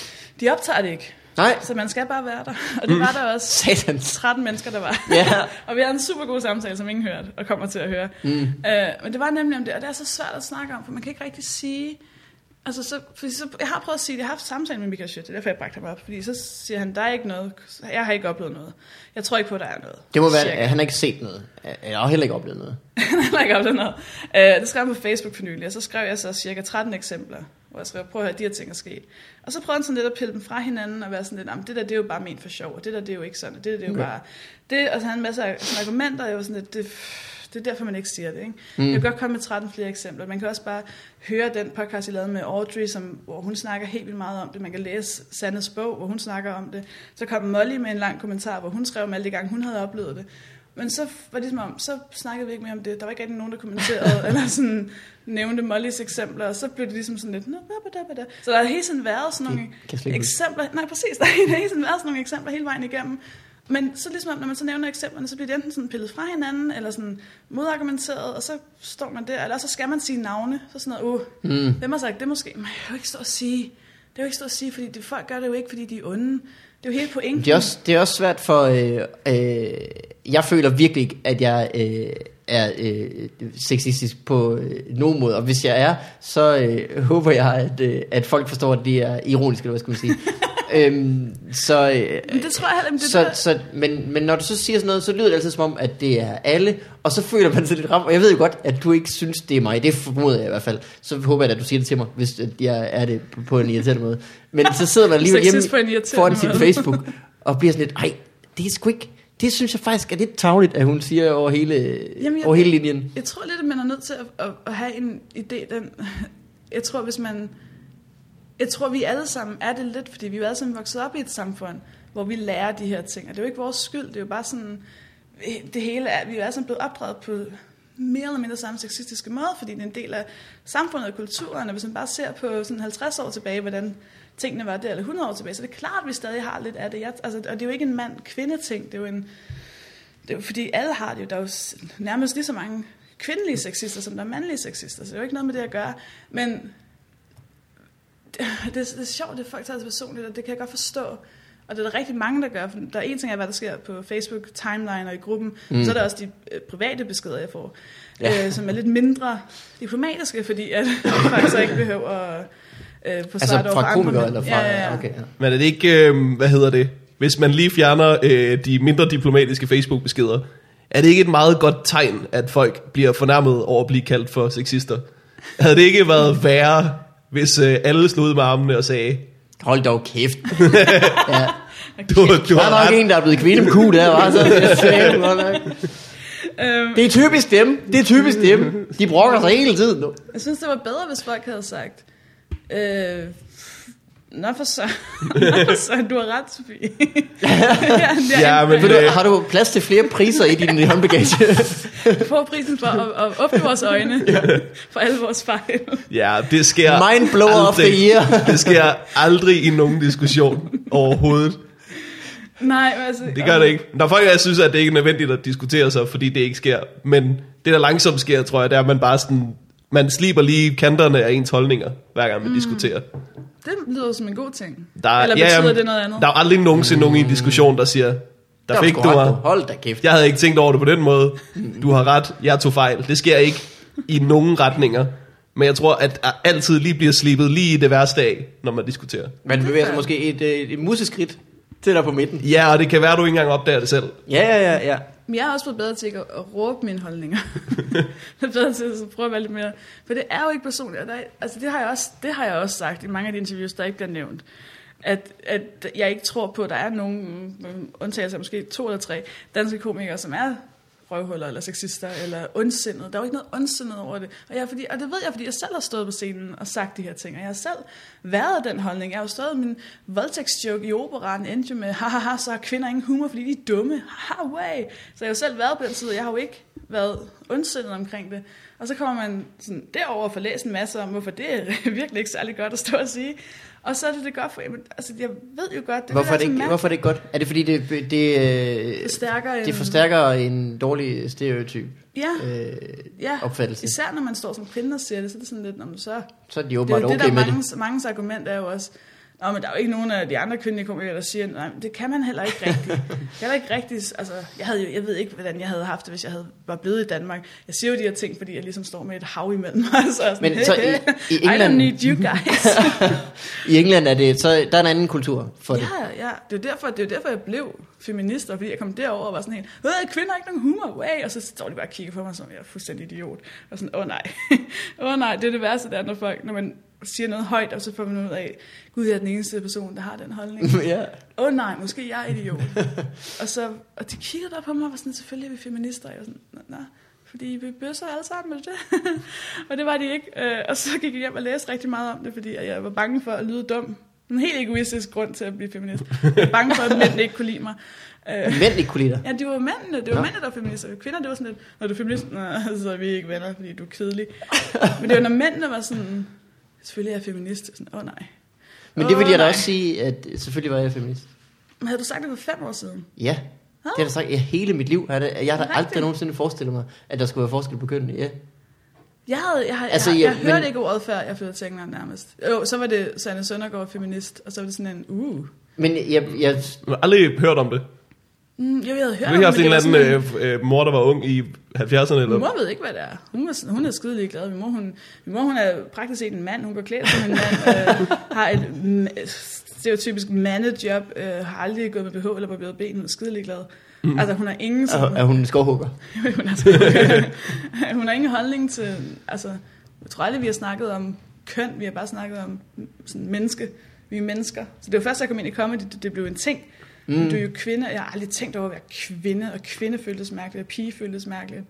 De optager det ikke. Nej. Så man skal bare være der. Og det mm. var der også Satans. tretten mennesker, der var. Yeah. Og vi havde en super god samtale, som ingen hørte, og kommer til at høre. Mm. Uh, men det var nemlig om det, og det er så svært at snakke om, for man kan ikke rigtig sige... Altså, så, fordi så, jeg har prøvet at sige, at jeg har haft samtale med Michael Schødt, det er derfor, jeg bragte ham op. Fordi så siger han, der er ikke noget, jeg har ikke oplevet noget. Jeg tror ikke på, at der er noget. Det må være, at han har ikke set noget. Jeg har heller ikke oplevet noget. Han har ikke oplevet noget. Uh, det skrev han på Facebook for nylig, og så skrev jeg så cirka tretten eksempler, hvor jeg skrev, prøv at høre, de her ting er sket. Og så prøvede han sådan lidt at pille dem fra hinanden, og være sådan lidt, det der, det er jo bare ment for sjov, og det der, det er jo ikke sådan, og det der, det er jo okay. bare... Det, og så han en masse argumenter, og jeg var sådan lidt, det... Det er derfor, man ikke siger det. Ikke? Mm. Jeg kan godt komme med tretten flere eksempler. Man kan også bare høre den podcast, jeg lavede med Audrey, som, hvor hun snakker helt vildt meget om det. Man kan læse Sandes bog, hvor hun snakker om det. Så kom Molly med en lang kommentar, hvor hun skrev om alle de gange, hun havde oplevet det. Men så var det som om, så snakkede vi ikke mere om det. Der var ikke rigtig nogen, der kommenterede, eller sådan nævnte Mollys eksempler, og så blev det ligesom sådan lidt, så der har hele tiden været sådan nogle eksempler, nej præcis, der har hele tiden været sådan nogle eksempler hele vejen igennem. Men så ligesom, når man så nævner eksemplerne, så bliver det enten sådan pillet fra hinanden, eller sådan modargumenteret, og så står man der, eller så skal man sige navne, så sådan noget, uh, mm. hvem har sagt det måske? Men jeg kan jo ikke stå og sige, det er jo ikke stå og sige, fordi det, folk gør det jo ikke, fordi de er onde. Det er jo helt pointen. Det er også, det er også svært for, øh, øh, jeg føler virkelig ikke, at jeg øh, er øh, sexistisk på øh, nogen måde, og hvis jeg er, så øh, håber jeg, at, øh, at folk forstår, at det er ironisk, eller hvad skal man sige. øhm, så, øh, men det tror jeg heller, men det så, der... så, men, men når du så siger sådan noget, så lyder det altid som om, at det er alle, og så føler man sig lidt ramt, og jeg ved jo godt, at du ikke synes, det er mig, det formoder jeg i hvert fald, så håber jeg, at du siger det til mig, hvis jeg er det på en irriterende måde, men så sidder man alligevel hjemme foran sin Facebook, og bliver sådan lidt, ej, det er sgu ikke, det synes jeg faktisk er lidt tarveligt, at hun siger over hele, Jamen, jeg, over hele linjen. Jeg, jeg tror lidt, at man er nødt til at, at, at have en idé, den, jeg tror, hvis man, jeg tror, vi alle sammen er det lidt, fordi vi er alle sammen vokset op i et samfund, hvor vi lærer de her ting, og det er jo ikke vores skyld, det er jo bare sådan, det hele er, vi er alle sammen blevet opdraget på mere eller mindre samme sexistiske måde, fordi det er en del af samfundet og kulturen, og hvis man bare ser på sådan halvtreds år tilbage, hvordan tingene var der, eller hundrede år tilbage, så det er klart, at vi stadig har lidt af det. Jeg, altså, og det er jo ikke en mand-kvinde-ting, det er jo en... Det er jo, fordi alle har det jo, der er jo nærmest lige så mange kvindelige sexister, som der er mandlige sexister, så det er jo ikke noget med det at gøre, men det, det, det er sjovt, det folk tager det personligt, og det kan jeg godt forstå. Og det er der rigtig mange, der gør. Der er en ting af, hvad der sker på Facebook, timeline og i gruppen. Mm. Så er der også de øh, private beskeder, jeg får, ja. øh, som er lidt mindre diplomatiske, fordi at folk så ikke behøver at øh, forsvare altså fra komikere eller fra... Ja, ja, ja. Okay, ja. Men er det ikke, øh, hvad hedder det, hvis man lige fjerner øh, de mindre diplomatiske Facebook-beskeder, er det ikke et meget godt tegn, at folk bliver fornærmet over at blive kaldt for sexister? Havde det ikke været værre, hvis øh, alle slog ud med armene og sagde... Hold dog kæft. Ja. Du, du der er nok en, der er blevet kvinde med ku der, var så det er typisk dem. Det er typisk dem. De brokker sig hele tiden nu. Jeg synes, det var bedre, hvis folk havde sagt... Øh, Nå for så, Nå for så, du har ret, Sofie. ja, ja, men du, har du plads til flere priser i din håndbagage? Få prisen for at, at åbne vores øjne ja. For alle vores fejl. Ja, det sker Mind blower of the year. Det sker aldrig i nogen diskussion overhovedet. Nej, altså... Det gør det ikke. Der er folk, der synes, at det ikke er nødvendigt at diskutere sig, fordi det ikke sker. Men det, der langsomt sker, tror jeg, det er, at man bare sådan... Man sliber lige kanterne af ens holdninger, hver gang man mm. diskuterer. Det lyder som en god ting. Der, Eller betyder ja, det noget andet? Der er aldrig nogensinde nogen i en diskussion, der siger, der, der fik du mig. Hold da kæft. Jeg havde ikke tænkt over det på den måde. Du har ret, jeg tog fejl. Det sker ikke i nogen retninger. Men jeg tror, at altid lige bliver slibet lige i det værste af, når man diskuterer. Man bevæger sig måske et, et, et museskridt til der på midten. Ja, og det kan være, at du ikke engang opdager det selv. Ja, ja, ja, ja. Men jeg er også blevet bedre til at, at råbe mine holdninger. Jeg er bedre til at prøve at være lidt mere... For det er jo ikke personligt. Der er, altså det har, jeg også, det har jeg også sagt i mange af de interviews, der ikke bliver nævnt. At, at jeg ikke tror på, at der er nogen, undtagelser måske to eller tre, danske komikere, som er røvhuller eller sexister eller ondsindede. Der er jo ikke noget ondsindet over det. Og, jeg, fordi, og det ved jeg, fordi jeg selv har stået på scenen og sagt de her ting. Og jeg har selv været af den holdning. Jeg har jo stået min voldtægtsjoke i operaen endte med, haha, så har kvinder ingen humor, fordi de er dumme. Haha, way. Så jeg har jo selv været på den side. Jeg har jo ikke været ondsindet omkring det. Og så kommer man sådan derover og får læst en masse om, hvorfor det er virkelig ikke særlig godt at stå og sige. Og så er det det godt for... Altså, jeg ved jo godt... Det hvorfor, er det ikke, hvorfor er det ikke godt? Er det fordi, det, det, det, forstærker, en, det forstærker en dårlig stereotyp ja, øh, ja, opfattelse? Især når man står som kvinde og siger det, så er det sådan lidt... Så, så er de åbenbart det, det, okay der med mange, det. Manges argument er jo også... Nå, men der er jo ikke nogen af de andre kvindelige komikere, der siger, nej, det kan man heller ikke rigtigt. Det er ikke rigtigt, altså, jeg, havde jo, jeg ved ikke, hvordan jeg havde haft det, hvis jeg havde, var blevet i Danmark. Jeg siger jo de her ting, fordi jeg ligesom står med et hav imellem mig. Så sådan, men hey, så hey, i, i England, I don't need you guys. I England er det, så der er en anden kultur for ja, det. Ja, ja. Det er derfor, det er derfor, jeg blev feminist, fordi jeg kom derover og var sådan helt, øh, kvinder har ikke nogen humor, way. Og så står de bare og kigger på mig, som jeg er fuldstændig idiot. Og sådan, åh oh, nej, åh oh, nej, det er det værste, der når folk, når man siger noget højt, og så får man ud af, gud, jeg er den eneste person, der har den holdning. Åh ja. oh, nej, måske jeg er idiot. og, så, og de kiggede bare på mig og var sådan, selvfølgelig er vi feminister. Og jeg var sådan, nej, fordi vi bøsser alle sammen med det. og det var de ikke. Og så gik jeg hjem og læste rigtig meget om det, fordi jeg var bange for at lyde dum. En helt egoistisk grund til at blive feminist. Jeg var bange for, at mænd ikke kunne lide mig. Mænd ikke kunne lide dig? Ja, det var mændene, det var ja. mændene, der var feminister. Kvinder, det var sådan lidt, når du er feminist, så er vi ikke venner, fordi du er kedelig. Men det var, når mændene var sådan, selvfølgelig er jeg feminist. Sådan, åh oh, nej. Men det vil jeg da også sige, at selvfølgelig var jeg feminist. Men havde du sagt det for fem år siden? Ja, det har jeg sagt i hele mit liv. Jeg har, jeg har aldrig nogensinde forestillet mig, at der skulle være forskel på kønnene. Ja. Jeg, havde, jeg, havde, altså, jeg, jeg, jeg men, hørte ikke ordet før, jeg flyttede til England nærmest. Jo, så var det Sanne Søndergaard feminist, og så var det sådan en, uh. Men jeg... jeg, jeg har aldrig hørt om det. Mm, jeg havde hørt du har haft en eller anden øh, øh, mor, der var ung i halvfjerdserne? Eller? Min mor ved ikke, hvad det er. Hun er, hun er skidelig glad. Min mor, hun, min mor, hun er praktisk set en mand. Hun går klædt som en mand. øh, har et stereotypisk mandejob. Øh, har aldrig gået med B H eller barberet ben. Hun er skidelig glad. Mm. Altså, hun har ingen... Er, er hun en skovhugger? hun, er skovhugger. Hun har ingen holdning til... Altså, jeg tror aldrig, vi har snakket om køn. Vi har bare snakket om sådan, menneske. Vi er mennesker. Så det var først, da jeg kom ind i comedy, det, det blev en ting. Mm. Du er jo kvinde, jeg har aldrig tænkt over at være kvinde, og kvinde føltes mærkeligt, og pige føltes mærkeligt.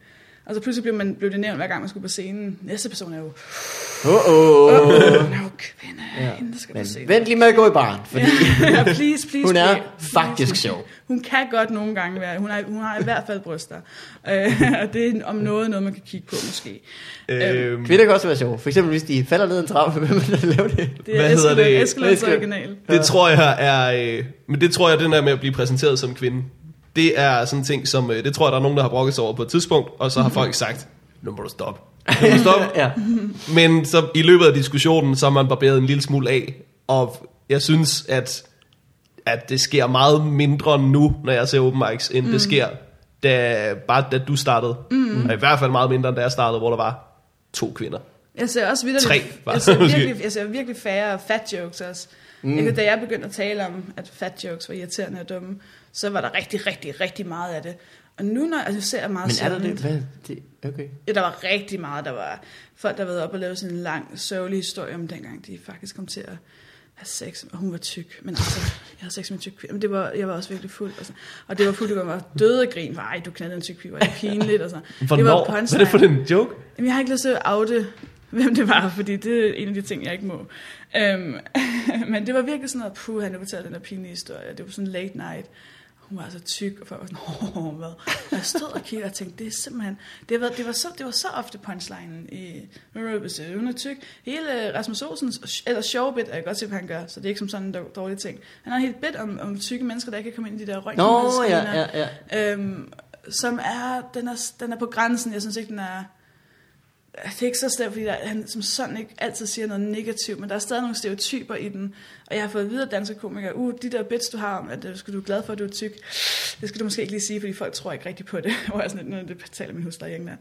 Og så pludselig blev, man, blev det nævnt, hver gang man skulle på scenen. Næste person er jo... Åh, oh, oh. Hun er jo kvinde, Ja. hende, der skal Men på scenen. vent lige med at gå i baren, fordi Ja, please, please, hun er please. faktisk sjov. Hun kan godt nogle gange være, hun har, hun har i hvert fald bryster. Øh, og det er om noget, noget man kan kigge på måske. Øhm, Kvinder kan også være sjov. For eksempel hvis de falder ned en trappe, hvem vil der lave det? Det er Hvad hedder det? Eskelunds original. Det tror jeg er, øh, men det tror jeg, den der med at blive præsenteret som kvinde, det er sådan en ting, som, øh, det tror jeg, der er nogen, der har brokket sig over på et tidspunkt, og så har folk sagt, nu må du stoppe. Nu må du stoppe. Ja. Men så i løbet af diskussionen, så har man barberet en lille smule af, og jeg synes, at, at det sker meget mindre nu, når jeg ser open mics, end mm. det sker, da, bare da du startede. Mm. Og i hvert fald meget mindre, end da jeg startede, hvor der var to kvinder. Jeg ser også videre, Tre, jeg ser virkelig, jeg ser virkelig færre fat jokes også. Mm. Jeg, da jeg begyndte at tale om, at fat jokes var irriterende og dumme, så var der rigtig, rigtig, rigtig meget af det. Og nu når altså, jeg ser meget Men er der sjældent- det? Hvad? det? Okay. Ja, der var rigtig meget. Der var folk, der havde været op og lavet sådan en lang, sørgelig historie om dengang, de faktisk kom til at have sex, og hun var tyk. Men altså, jeg havde sex med en tyk kvinde. Men det var, jeg var også virkelig fuld. Og, så. Og det var fuldt, det var døde af grin. Ej, du knaldede en tyk kvinde, var det pinligt. Og så. Hvornår? Det var Hvad er det for en joke? Jamen, jeg har ikke lyst til at oute, hvem det var, fordi det er en af de ting, jeg ikke må. Øhm, men det var virkelig sådan noget, puh, han fortalte den der pinlige historie. Det var sådan late night. Hun var så tyk, og folk var sådan, åh, hvad? Og jeg stod og kiggede og tænkte, det er simpelthen, det var, det var, så, det var så ofte punchlinen i, hun er tyk. Hele Rasmus Olsens, eller sjove bit, er jeg godt se, hvad han gør, så det er ikke som sådan en dårlig ting. Han har en helt bit om, om tykke mennesker, der ikke kan komme ind i de der røntgenmaskiner. Nå, ja, ja, ja. Øhm, som er, den er, den er på grænsen, jeg synes ikke, den er, det er ikke så slemt, fordi der, han som sådan ikke altid siger noget negativt, men der er stadig nogle stereotyper i den, og jeg har fået videre danske komikere, uh, de der bits, du har om, at uh, skal du er glad for, at du er tyk, det skal du måske ikke lige sige, fordi folk tror ikke rigtigt på det, hvor jeg sådan lidt, når det taler min husleje i England.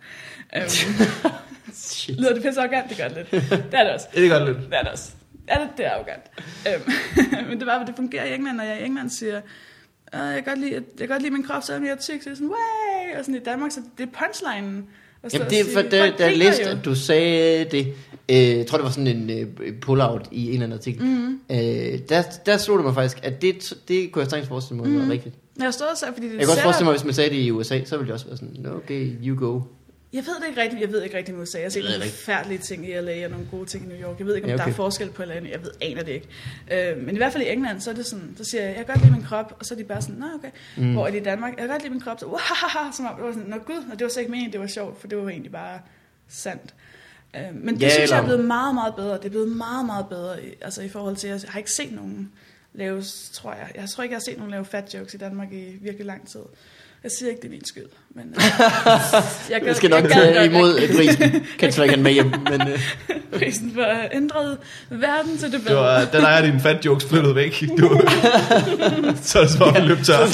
Um, lyder det pisse arrogant? Det gør det lidt. Det er det også. Det gør det lidt. Det er det også. Ja, det, det er arrogant. Um, men det var, det fungerer i England, når jeg i England siger, uh, jeg, kan godt lide, jeg kan godt lide min krop, selvom jeg er tyk, så er jeg sådan, way! Og sådan i Danmark, så det er punchlinen. Jamen det er for, da, da jeg læste, at du sagde det, øh, jeg tror det var sådan en øh, pull-out i en eller anden artikel, mm-hmm. øh, der, der slog det mig faktisk, at det, det kunne jeg sagtens forestille mig, mm-hmm. var rigtigt. Jeg har stået og sagt, fordi det jeg kan også forestille mig, hvis man sagde det i U S A, så ville det også være sådan, okay, you go. Jeg ved det ikke rigtigt, jeg ved ikke rigtigt med U S A. Jeg har set nogle forfærdelige ting i L A og nogle gode ting i New York. Jeg ved ikke, om ja, okay. der er forskel på landet. Jeg ved, aner det ikke. Øh, men i hvert fald i England, så er det sådan, så siger jeg, jeg kan godt lide min krop, og så er de bare sådan, nå okay. Mm. Hvor er det i Danmark, jeg kan godt lide min krop, så wahaha, som om det var sådan, nå gud, og det var så ikke meningen, det var sjovt, for det var egentlig bare sandt. Øh, men det ja, synes jeg er blevet meget, meget bedre. Det er blevet meget, meget bedre, i, altså i forhold til, jeg har ikke set nogen lave, tror jeg, jeg tror ikke, jeg har set nogen lave fat jokes i Danmark i virkelig lang tid. Jeg siger ikke, det er min skyld. Men, uh, jeg, jeg skal nok jeg tage godt, imod jeg... prisen. Kan ikke han med hjem. Men, uh... prisen for at ændre verden til det bedre. Det var, den er din fat jokes flyttet væk. Du... så er det som om, løb tør.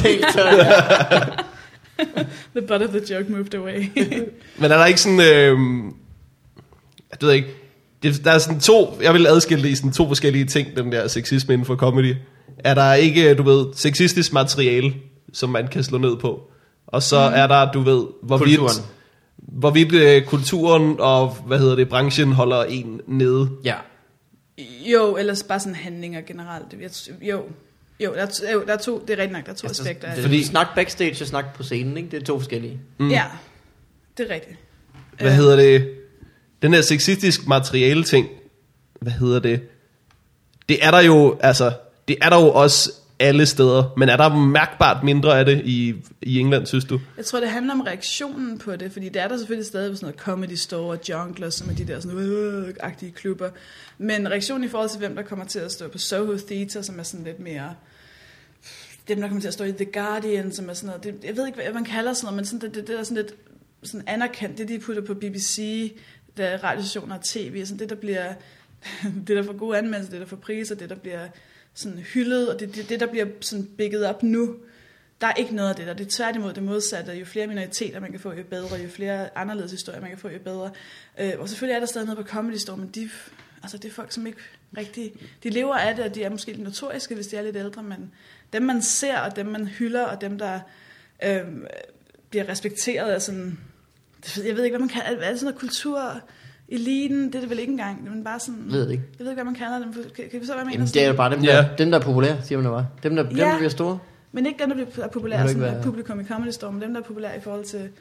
The butt of the joke moved away. Men er der ikke sådan... Øh... Jeg ved ikke... Det, der er sådan to... Jeg vil adskille det i sådan to forskellige ting, den der sexisme inden for comedy. Er der ikke, du ved, sexistisk materiale, som man kan slå ned på? Og så mm. er der, du ved, hvorvidt kulturen, hvorvidt, øh, kulturen og, hvad hedder det, branchen holder en nede. Ja. Jo, ellers bare sådan handlinger generelt. Jo, jo, der er, jo, der er to, det er rigtig nok, der er to altså, aspekter af det. Fordi snak backstage og snak på scenen, ikke? Det er to forskellige. Mm. Ja, det er rigtigt. Hvad øh. hedder det? Den der sexistisk materiale ting, hvad hedder det? Det er der jo, altså, det er der jo også alle steder, men er der mærkbart mindre af det i, i England, synes du? Jeg tror, det handler om reaktionen på det, fordi det er der selvfølgelig stadig på sådan noget Comedy Store og Junglers, som er de der sådan øh-agtige klubber. Men reaktionen i forhold til, hvem der kommer til at stå på Soho Theater, som er sådan lidt mere... Dem, der kommer til at stå i The Guardian, som er sådan noget... Det, jeg ved ikke, hvad man kalder sådan noget, men sådan, det, det, det er sådan lidt sådan anerkendt. Det, de putter på B B C, der radiostationer og tv, sådan det, der bliver... det, der får gode anmeldelser, det, der får priser, det, der bliver... sådan hyldet, og det, det, det der bliver sådan bygget op nu, der er ikke noget af det der. Det er tværtimod det modsatte. Jo flere minoriteter man kan få, jo bedre. Jo flere anderledes historier man kan få, jo bedre. Øh, og selvfølgelig er der stadig noget på Comedy Store, men de, altså det er folk, som ikke rigtig... De lever af det, og de er måske lidt notoriske, hvis de er lidt ældre, men dem man ser, og dem man hylder, og dem der øh, bliver respekteret af sådan... Jeg ved ikke, hvad man kan... Er det sådan noget kultur... Eliten, det er det vel ikke engang, men bare sådan... Jeg ved det ikke. Jeg ved ikke, hvad man kalder dem. Kan, kan vi så være med? Jamen, det er jo bare dem, der, yeah. dem, der er populære, siger man da bare. Dem, der, dem, ja, der bliver store. Men ikke dem, der bliver populære sådan, være... publikum i Comedy Store, men dem, der er populære i forhold til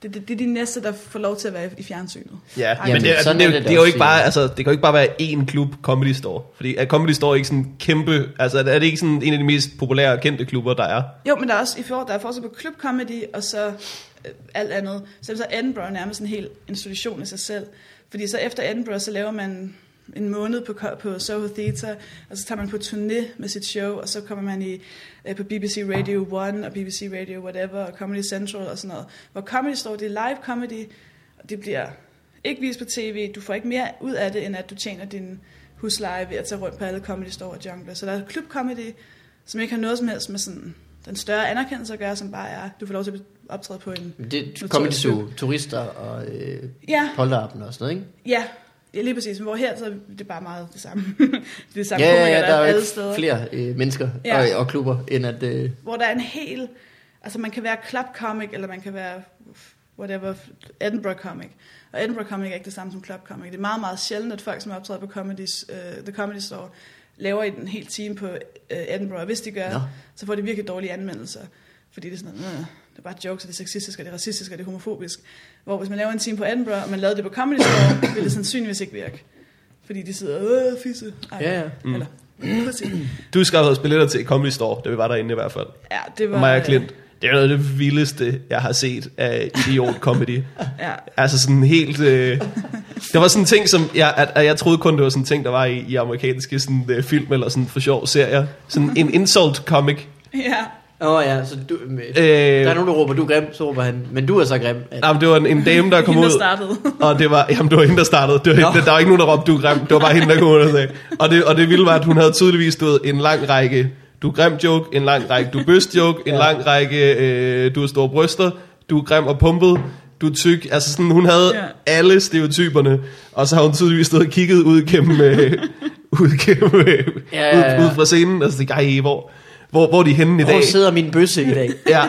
Det, det, det er de næste, der får lov til at være i fjernsynet. Ja, Jamen, men det, sådan altså, det, er det, det det, er jo også ikke i- bare, altså, det kan jo ikke bare være én klub, Comedy Store. Fordi er Comedy Store ikke sådan kæmpe, altså er det ikke sådan en af de mest populære og kendte klubber, der er? Jo, men der er også i forhold, der er forskel på Club Comedy og så øh, alt andet. Så, så Edinburgh er nærmest en hel institution i sig selv. Fordi så efter Edinburgh, så laver man en måned på, på Soho Theatre, og så tager man på turné med sit show, og så kommer man i, øh, på B B C Radio one og B B C Radio whatever, og Comedy Central og sådan noget. Hvor Comedy Store, det er live comedy, og det bliver ikke vist på tv. Du får ikke mere ud af det, end at du tjener din husleje ved at tage rundt på alle Comedy Store og Jungler. Så der er Club Comedy, som ikke har noget som helst med sådan den større anerkendelse at gøre, som bare er, du får lov til at optræde på en... Det kommer de to turister og øh, Ja. polterappen og sådan noget, ikke? Ja, ja, lige præcis. Men hvor her, så er det bare meget det samme. det er det samme Ja, ja, komikere, ja, der er jo alle ikke steder. flere øh, mennesker Ja. og, og klubber, end at... Øh, Hvor der er en hel... Altså man kan være club comic, eller man kan være whatever, Edinburgh comic. Og Edinburgh comic er ikke det samme som club comic. Det er meget, meget sjældent, at folk, som er optrædet på Comedies, uh, The Comedy Store, laver en hel time på uh, Edinburgh. Og hvis de gør, Nå. så får de virkelig dårlige anmeldelser. Fordi det er sådan noget, det er bare jokes, og det er sexistisk, og det er racistisk, og det er homofobisk. Hvor hvis man laver en time på Edinburgh, og man lavede det på Comedy Store, vil det sandsynligvis ikke virke. Fordi de sidder, øh, fisse. Ej, Ja, ja. mm. Eller, pussy. Du skal have billetter til Comedy Store, da vi var derinde i hvert fald. Ja, det var... Og mig og Klint. Det er noget af det vildeste, jeg har set af idiot comedy. Ja, Altså sådan helt... Øh, der var sådan en ting, som jeg, at, at jeg troede kun, det var sådan en ting, der var i, i amerikanske sådan, uh, film eller sådan for sjov serier. Sådan en insult comic. ja. Åh oh, ja, så du, øh, Øh, der er nogen, der råber, du er grim, så råber han, men du er så grim. At, Jamen, det var en, en dame, der kom Hende, der ud. startede. Og det var, jamen, det var hende, der startede. Det var, Nå. hende, der var ikke nogen, der råbte, du er grim. Det var bare hende, der kom ud og sagde. Og det, og det vilde var, at hun havde tydeligvis stået en lang række, du er grim joke, en lang række, du er bøst joke, en Ja. lang række, øh, du har store bryster, du er grim og pumpet, du er tyk. Altså sådan, hun havde Ja. alle stereotyperne. Og så har hun tydeligvis stået og kigget ud gennem, øh, ud, gennem øh, Ja, ja, ja. Ud, ud fra scenen. Og så tænkte jeg, hvor, hvor, hvor er de henne i hvor dag? sidder min bøsse i dag? Ja,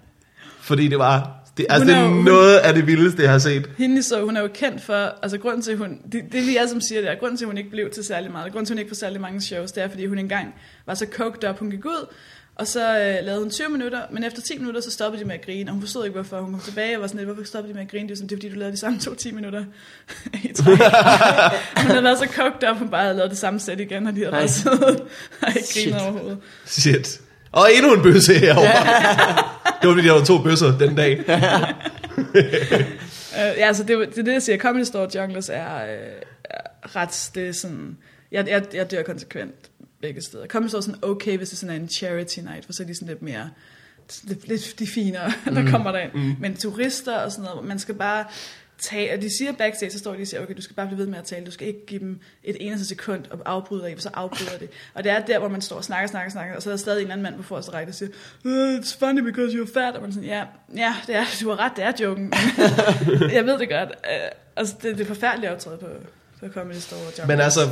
fordi det var... Det, altså, Hun det er er jo- hun- noget af det vildeste, jeg har set. Hende så, hun er jo kendt for, altså grunden til, hun, det, det vi alle som siger, det er, grunden til, at hun ikke blev til særlig meget, grunden til, at hun ikke får særlig mange shows, det er, fordi hun engang var så coked up, hun gik ud, og så øh, lavede hun tyve minutter, men efter ti minutter, så stoppede de med at grine, og hun forstod ikke, hvorfor. Hun kom tilbage og var sådan lidt, hvorfor stoppede de med at grine? Det er, sådan, det er fordi, du lavede de samme to ti minutter i træk. Hun havde været så coked up, hun bare havde lavet det samme sæt igen, og de havde Nej. bare siddet og ikke Shit. grinet overhovedet. Shit. Og endnu en bøsse herovre. Det var fordi, der var to bøsser den dag. Uh, ja, så det, det er det, jeg siger. Comedy Store Junglers er, uh, er ret, det er sådan, jeg, jeg, jeg dør konsekvent begge steder. Comedy Store er sådan okay, hvis det sådan er en charity night, for så er de sådan lidt mere, lidt, lidt de finere, der kommer derind. Mm. Men turister og sådan noget, man skal bare tage, og de siger backstage, så står de og siger, okay, du skal bare blive ved med at tale, du skal ikke give dem et eneste sekund og afbryde af, så afbryder det. Og det er der, hvor man står og snakker, snakker, snakker, og så er der stadig en eller anden mand på forreste række, der siger, uh, it's funny because you're fat, og man er sådan, ja, ja, det er, du har ret, det er joken. Jeg ved det godt. Uh, altså, det, det er forfærdeligt at optræde på, på Comedy Store. Og Men altså,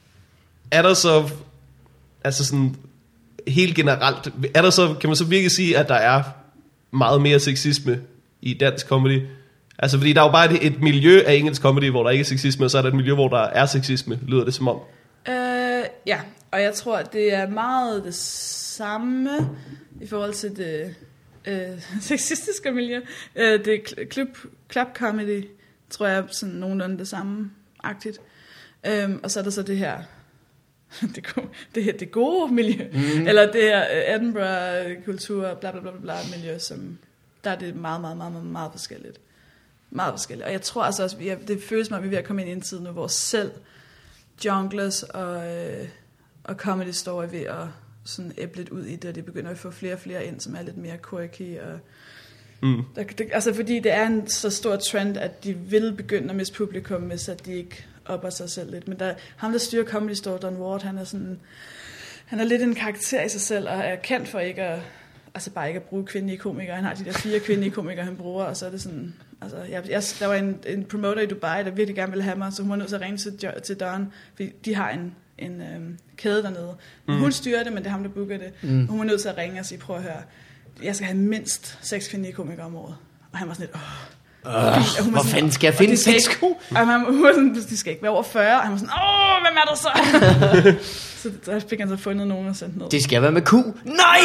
er der så, altså sådan, helt generelt, er der så, kan man så virkelig sige, at der er meget mere sexisme i dansk comedy? Altså, fordi der er jo bare et, et miljø af engelsk comedy, hvor der ikke er sexisme, og så er der et miljø, hvor der er sexisme, lyder det som om. Uh, ja, og jeg tror, at det er meget det samme i forhold til det uh, sexistiske miljø. Uh, det er cl- club, club comedy, tror jeg, sådan nogenlunde det samme-agtigt. Um, og så er der så det her, det gode, det her det gode miljø, mm. eller det her uh, Edinburgh-kultur, bla bla bla bla miljø, som der er det meget, meget, meget, meget, meget forskelligt. Meget forskelligt. Og jeg tror altså også, at det føles mig, at vi er ved at komme ind i en tid nu, hvor selv Junglers og, øh, og Comedy Store er ved at sådan æble lidt ud i det, og det begynder at få flere og flere ind, som er lidt mere quirky. Og Mm. der, det, altså fordi det er en så stor trend, at de vil begynde at miste publikum, hvis at de ikke opper sig selv lidt. Men der, ham, der styrer Comedy Store, Don Ward, han er sådan, han er lidt en karakter i sig selv, og er kendt for ikke at, altså bare ikke at bruge kvindelige komikere. Han har de der fire kvindelige komikere, han bruger, og så er det sådan, altså, jeg, jeg, der var en, en promoter i Dubai, der virkelig gerne ville have mig, så hun var nødt til at ringe til, Jo- til Don, fordi de har en, en øhm, kæde dernede. Mm. Hun styrer det, men det er ham, der booker det. Mm. Hun var nødt til at ringe og sige, prøv at høre, jeg skal have mindst seks kvindelige komikere om året. Og han var sådan lidt, åh, Øh, hvor fanden skal jeg finde seks sko? Og han var sådan, de skal ikke være over fyrre. Og han var sådan, åh, hvem er der så? Så der fik han så fundet nogen og sendt ned. Det skal være med Q. Nej!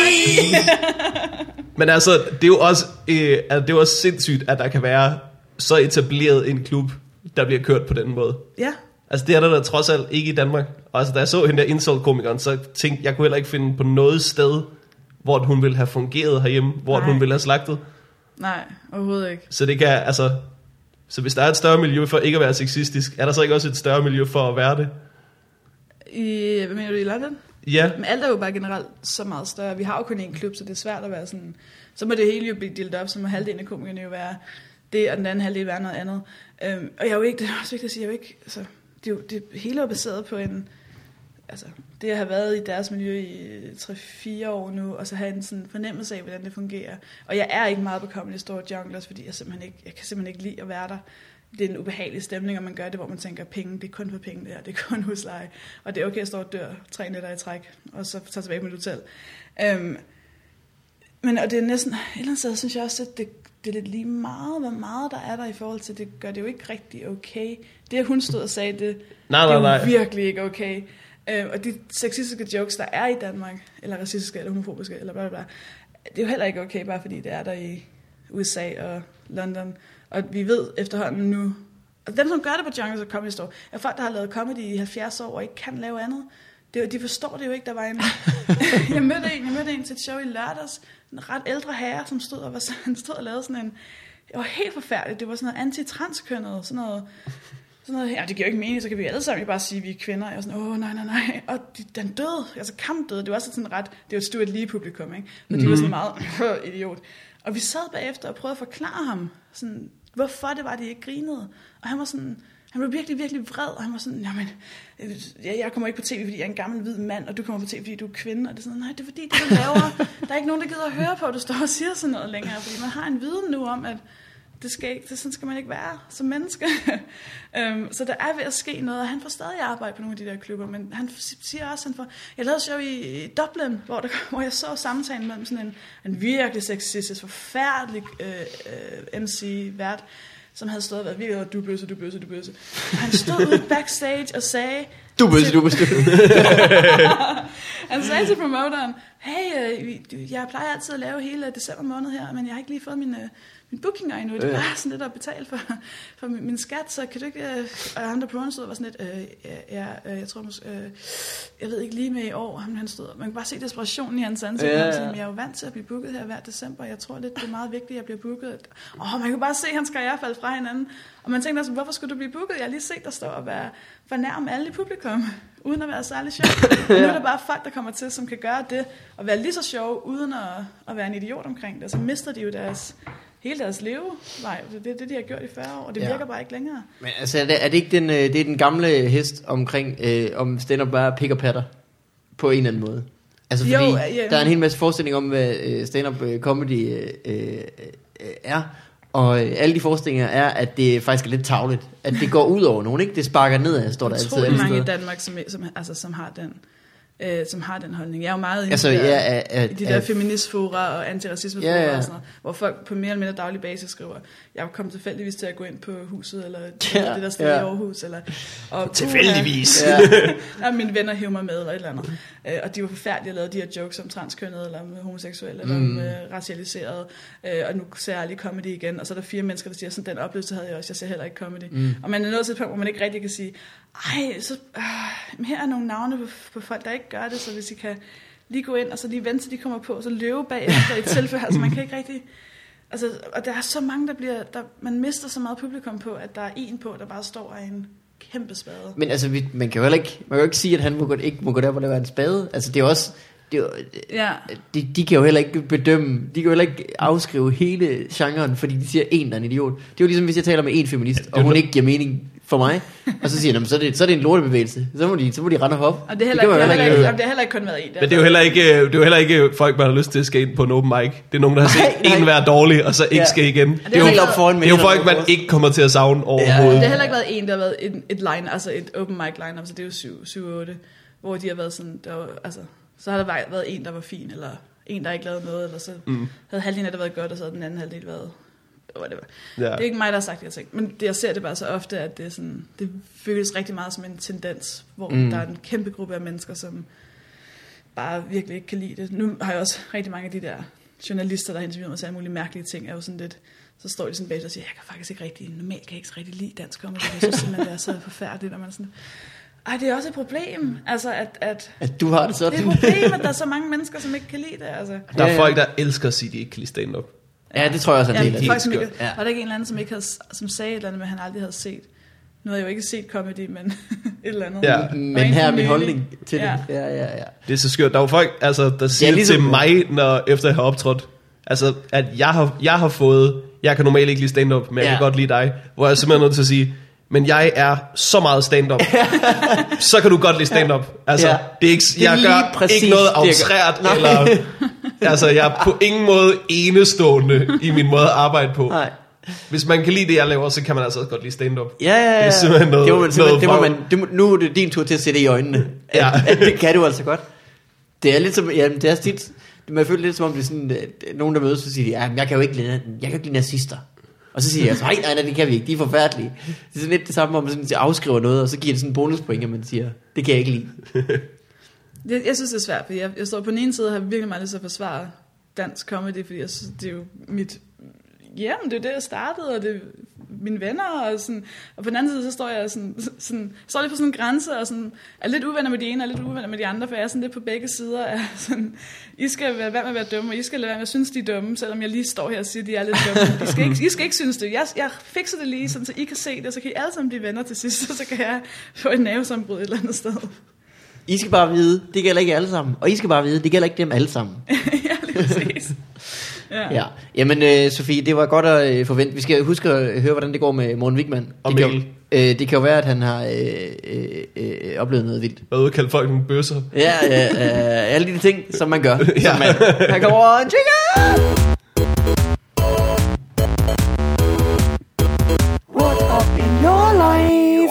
Men altså, det er jo også, øh, altså, det er jo også sindssygt, at der kan være så etableret en klub, der bliver kørt på den måde. Ja. Altså det er der, der trods alt ikke i Danmark. Og altså da jeg så hende der insult-komikeren, så tænkte jeg kunne heller ikke finde på noget sted, hvor hun ville have fungeret herhjemme, hvor Nej. hun ville have slagtet. Nej, overhovedet ikke. Så det kan, altså, så hvis der er et større miljø for ikke at være sexistisk, er der så ikke også et større miljø for at være det? I, hvad mener du, i London? Ja. Men alt er jo bare generelt så meget større. Vi har jo kun én klub, så det er svært at være sådan... Så må det hele jo blive delt op, så må halvdelen af komikerne jo være det, og den anden halvdel være noget andet. Øhm, og jeg er jo ikke, det er også vigtigt at sige, jeg er jo ikke... Altså, det, er jo, det hele er jo baseret på en... Altså, det at have været i deres miljø i tre fire år nu, og så have en sådan fornemmelse af, hvordan det fungerer. Og jeg er ikke meget på Comedy Store Junglers, fordi jeg, simpelthen ikke, jeg kan simpelthen ikke lide at være der. Det er en ubehagelig stemning, og man gør det, hvor man tænker, penge, det er kun for penge der, det er kun husleje. Og det er okay at stå og dør tre nætter i træk, og så tage tilbage på et hotel. Um, men og det er næsten, et eller andet sted, synes jeg også, at det, det er lidt lige meget, hvor meget der er der i forhold til, det gør det jo ikke rigtig okay. Det, at hun stod og sagde, det, nej, det er jo nej, nej. virkelig ikke okay. Um, og de sexistiske jokes, der er i Danmark, eller racistiske, eller homofobiske, eller bla bla bla, det er jo heller ikke okay, bare fordi det er der i U S A og London. Og vi ved efterhånden nu, og dem som gør det på Junglers og Comedy Store, er folk, der har lavet comedy i halvfjerds år og ikke kan lave andet. Det er, de forstår det jo ikke. Der var en, jeg mødte en, jeg mødte en til et show i lørdags, en ret ældre herre, som stod og, var, han stod og lavede sådan en, det var helt forfærdeligt, det var sådan noget anti-transkønnet, sådan noget, sådan noget, ja, det giver jo ikke mening, så kan vi alle sammen bare sige, at vi er kvinder. Jeg var sådan, åh, nej, nej, nej. Og de, den døde, altså kamp døde. Det var også sådan ret, det var et Stuart Lee-publikum, ikke? Men de var sådan meget idiot. Og vi sad bagefter og prøvede at forklare ham, sådan, hvorfor det var, de ikke grinede. Og han var sådan, han var virkelig, virkelig vred, og han var sådan, jamen, jeg kommer ikke på tv, fordi jeg er en gammel hvid mand, og du kommer på tv, fordi du er kvinde. Og det er sådan, nej, det er fordi, det du laver, der er ikke nogen, der gider at høre på, at du står og siger sådan noget længere, fordi man har en viden nu om, at det skal ikke, det, sådan skal man ikke være som menneske. um, så der er ved at ske noget, og han får stadig arbejde på nogle af de der klubber, men han siger også, han får, jeg lavede show i, i Dublin, hvor, der, hvor jeg så samtalen mellem sådan en, en virkelig sexistisk, forfærdelig øh, øh, M C-vært, som havde stået og været virkelig, du bøsse, du bøsse, du bøsse. Og han stod ude backstage og sagde... Du bøsse, du bøsse. Han sagde til promoteren, hey, øh, jeg plejer altid at lave hele december måned her, men jeg har ikke lige fået min... Øh, min bookinger endnu, det er bare sådan lidt at betale for, for min, min skat, så kan du ikke, øh, og han der prøvede stod var sådan lidt, øh, ja, øh, jeg tror måske, øh, jeg ved ikke lige med i år, han, han stod, man kan bare se desperationen i hans ansigt, ja, ja. Sådan, jeg er jo vant til at blive booket her hver december, jeg tror lidt, det er meget vigtigt, at jeg bliver booket, og man kan bare se, at hans karriere faldt fra hinanden, og man tænker sådan, hvorfor skulle du blive booket? Jeg har lige set dig stå og være fornærme alle i publikum, uden at være særlig sjov. Og nu er der bare folk, der kommer til, som kan gøre det, og være lige så sjov, uden at, at være en idiot omkring det, og så mister de jo deres hele deres levevej. Det er det, de har gjort i fyrre år, og det ja. virker bare ikke længere. Men altså, er det, er det ikke den, det er den gamle hest omkring, øh, om stand-up bare er pik og patter, på en eller anden måde? Altså, fordi jo, ja. der er en hel masse forestillinger om, hvad stand-up comedy øh, øh, er, og alle de forestillinger er, at det faktisk er lidt tarveligt, at det går ud over nogen, ikke? Det sparker nedad, står der altid. Jeg tror, mange i Danmark, som, som, altså, som har den... Øh, som har den holdning. Jeg er jo meget altså, i de der, ja, er, i de der feministfora og antiracismefora ja, ja. og sådan noget, hvor folk på mere eller mindre daglig basis skriver, jeg kom tilfældigvis til at gå ind på huset, eller ja, det der sted ja. i Aarhus, eller... Og, tilfældigvis! Ja. ja, mine venner hævde mig med, eller et eller andet. Øh, og de var forfærdelige at lave de her jokes om transkønnede, eller om homoseksuelle, eller mm. om øh, racialiserede, øh, og nu ser jeg aldrig comedy igen, og så er der fire mennesker, der siger, sådan den oplevelse havde jeg også, jeg ser heller ikke comedy. Mm. Og man er nået til et punkt, hvor man ikke rigtig kan sige, ej, så, øh, her er nogle navne på, på folk, der ikke gør det, så hvis I kan lige gå ind, og så lige vente til de kommer på, så løbe bagefter i et tilfælde, altså man kan ikke rigtig, altså, og der er så mange, der bliver, der, man mister så meget publikum på, at der er en på, der bare står af en kæmpe spade. Men altså, vi, man kan jo heller ikke, man kan jo ikke sige, at han må gå, ikke må gå der, hvor der er en spade, altså det er også, det er jo, ja. de, de kan jo heller ikke bedømme, de kan jo heller ikke afskrive hele genren, fordi de siger, en der er en idiot. Det er jo ligesom, hvis jeg taler med en feminist, og hun ikke giver mening for mig, og så siger de, så er det, så er det en lortebevægelse. Så må de, så må de rende og hoppe. Og det, heller, det, det, heller ikke, ikke, det har heller ikke kun været en. Men det er jo heller ikke, det er jo heller ikke folk, man har lyst til at skal ind på en open mic. Det er nogen, der har set en være dårlig, og så ikke ja. skal igen. Det, det, er jo, det er jo folk, man ikke kommer til at savne overhovedet. Ja, det har heller ikke været en, der har været et, et line, altså et open mic line-up, så det er jo syv otte, hvor de har været sådan, der var, altså, så har der været en, der var fin, eller en, der ikke lavede noget, eller så mm. havde halvdelen af det været godt, og så havde den anden halvdel været whatever. Ja. Det er ikke mig, der har sagt det, jeg tænkt. Men det, jeg ser det bare så ofte, at det, er sådan, det føles rigtig meget som en tendens, hvor mm. der er en kæmpe gruppe af mennesker, som bare virkelig ikke kan lide det. Nu har jeg også rigtig mange af de der journalister, der har interviewet mig til alle mulige mærkelige ting, er jo sådan lidt, så står de sådan bag og siger, jeg kan faktisk ikke rigtig, normalt kan jeg ikke rigtig lide dansk comedy, jeg synes simpelthen, det er så forfærdeligt, og man er sådan, ej, det er også et problem, altså at, at, At du har det sådan. det er et problem, at der er så mange mennesker, som ikke kan lide det, altså. Der er Ja, folk, der elsker at sige, at de ikke kan lide stand-up. Ja, det tror jeg også er en Ja, del af det. folk, som ikke, Ja. var der ikke en eller anden, som, ikke havde, som sagde et eller andet, men han aldrig havde set? Nu havde jeg jo ikke set comedy, men et eller andet. Ja. Men Og en her er for min nylig. holdning til det. Ja. Ja, ja, ja. Det er så skørt. Der er jo folk, altså, der siger ja, ligesom- til mig, når, efter jeg har optrådt, altså, at jeg har, jeg har fået, jeg kan normalt ikke lide stand-up, men jeg Ja. kan godt lide dig, hvor jeg simpelthen er nødt til at sige, men jeg er så meget stand-up, så kan du godt lide stand-up. Altså, Ja. det er ikke, Det er jeg lige gør præcis ikke noget det, jeg gør. aftrært, Nej. eller, altså, jeg er på ingen måde enestående i min måde at arbejde på. Nej. Hvis man kan lide det, jeg laver, så kan man altså også godt lide stand-up. Ja, ja, ja. Det er simpelthen noget- det må man, simpelthen, noget det må vrøvl. man, det må, nu er det din tur til at se det i øjnene. At, Ja. at det kan du altså godt. Det er lidt som, ja, det er tit, man føler lidt som om det er sådan, at nogen der mødes, så siger de, ja, men jeg kan jo ikke lide, jeg kan jo ikke lide nazister. Og så siger jeg, nej, nej, nej, det kan vi ikke, de er forfærdelige. Det er sådan lidt det samme, hvor man sådan afskriver noget, og så giver det sådan en bonuspoint, at man siger, det kan jeg ikke lide. Jeg, jeg synes, det er svært, fordi jeg, jeg står på den ene side og har virkelig meget lyst til at forsvare dansk comedy, fordi jeg synes, det er jo mit... Jamen, det er jo det, jeg startede, og det er mine venner, og sådan... Og på den anden side, så står jeg sådan... sådan står lidt på sådan en grænse, og sådan... Er lidt uvenner med de ene, og lidt uvenner med de andre, for jeg er sådan lidt på begge sider af sådan... I skal være, være med at være dumme, og I skal lade være med at synes, de er dumme, selvom jeg lige står her og siger, at de er lidt dumme. I skal ikke, I skal ikke synes det. Jeg, jeg fikser det lige, sådan, så I kan se det, og så kan I alle sammen blive venner til sidst, og så kan jeg få et nervesambrud et eller andet sted. I skal bare vide, det gælder ikke alle sammen. Og I skal bare vide, det gælder ikke dem alle sammen. Ja, lige præcis. Ja. Ja. Jamen, øh, Sofie, det var godt at øh, forvente. Vi skal huske at høre, hvordan det går med Morten Wigman. Og det, kan, Mikkel. jo- øh, det kan jo være, at han har øh, øh, øh, oplevet noget vildt. Jeg ved, kalde folk nogle bøsser. Ja, øh, øh, alle de ting, som man gør. Ja. Som man, han kommer over en trigger! What's up in your life?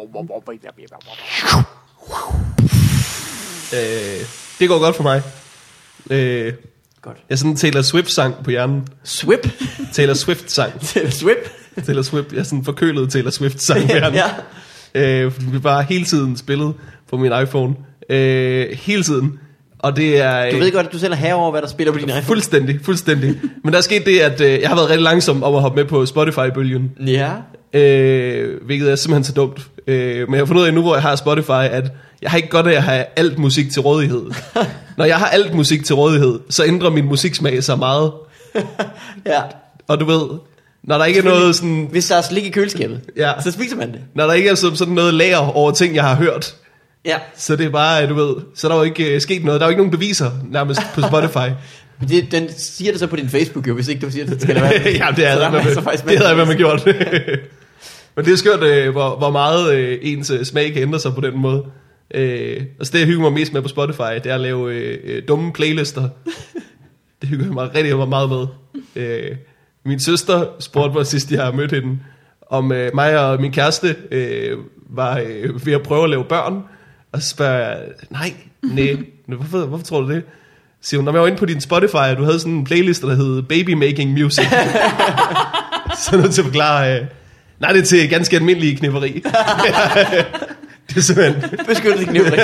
Øh, det går godt for mig. Øh, Godt. jeg er sådan en Taylor Swift-sang på hjernen. Swip. Taylor Swift-sang. Swip. Taylor Swift. Jeg er sådan en forkølet Taylor Swift-sang på hjernen. Ja. Øh, det bliver bare hele tiden spillet på min iPhone. Øh, hele tiden. Og det er... Du ved godt, at du selv er herre over, hvad der spiller på din iPhone. Fuldstændig, fuldstændig. Men der er sket det, at øh, jeg har været rigtig langsom om at hoppe med på Spotify-bølgen. Ja. Øh, hvilket er simpelthen så dumt. Øh, men jeg har fundet ud af nu, hvor jeg har Spotify, at jeg har ikke godt af at have alt musik til rådighed. Når jeg har alt musik til rådighed, så ændrer min musiksmag sig meget. Ja. Og du ved, når der ikke er noget sådan... Hvis der er slik i køleskabet, Ja. så spiser man det. Når der ikke er sådan sådan noget lager over ting, jeg har hørt. Ja. Så det er bare, du ved, så er der jo ikke øh, sket noget. Der er jo ikke nogen beviser nærmest på Spotify. Men det, den siger det så på din Facebook, jo, hvis ikke du siger, at det skal lade være. Ja, det Så havde der jeg er altså med, faktisk det havde jeg med. med gjort. Men det er skørt, øh, hvor, hvor meget øh, ens øh, smag kan ændre sig på den måde. Øh, altså det, jeg hygger mig mest med på Spotify, det er at lave øh, øh, dumme playlister. Det hygger jeg mig rigtig meget med. Øh, min søster spurgte mig sidst, jeg har mødt hende, om øh, mig og min kæreste øh, var øh, ved at prøve at lave børn. Og så spørger jeg, nej, nej, hvorfor, hvorfor tror du det? Så siger hun, når jeg var inde på din Spotify, og du havde sådan en playlist, der hed Baby Making Music. Så er nødt til at forklare, øh, nej, det er til ganske almindelige kniveri. Det er simpelthen Beskyttet kniveri.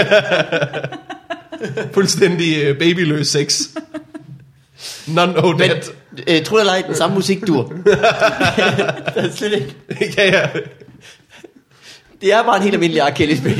fuldstændig øh, babyløs sex. None know Men that. øh, tro det eller ej, den samme musik dur. Det er slet ikke. Ja, ja. Det er bare en helt almindelig R. Kelly-spil.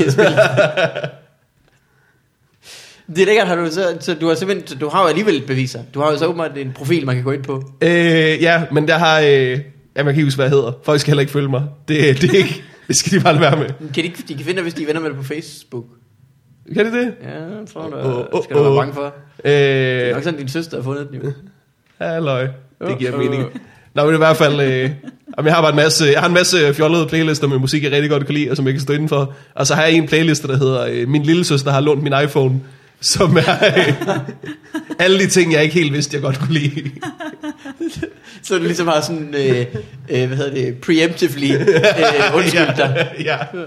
Det er lækkert, har du så, så du har simpelthen, så du har jo alligevel beviser. Du har jo så åbenbart en profil, man kan gå ind på. Øh, ja, men der har... Øh, jamen, jeg kan ikke huske, hvad jeg hedder. Folk skal heller ikke følge mig. Det, det, er ikke, det skal de bare lade være med. Kan de, ikke- de kan finde dig, hvis de er venner med dig på Facebook. Kan det det? Ja, jeg tror du, Åh, åh, skal du være åh. bange for. Det er Øh, nok sådan, din søster har fundet den jo. halløj. Det giver Åh, mening. åh. Nå, men i hvert fald... Øh, jamen, jeg har bare en masse, jeg har en masse fjollede playlister med musik, jeg rigtig godt kan lide, og som jeg kan stå indenfor. Og så har jeg en playliste, der hedder øh, Min lille søster har lånt min iPhone, som er øh, alle de ting, jeg ikke helt vidste, jeg godt kunne lide. Så du ligesom har sådan, øh, øh, hvad hedder det, preemptively øh, undskyldt dig. Ja.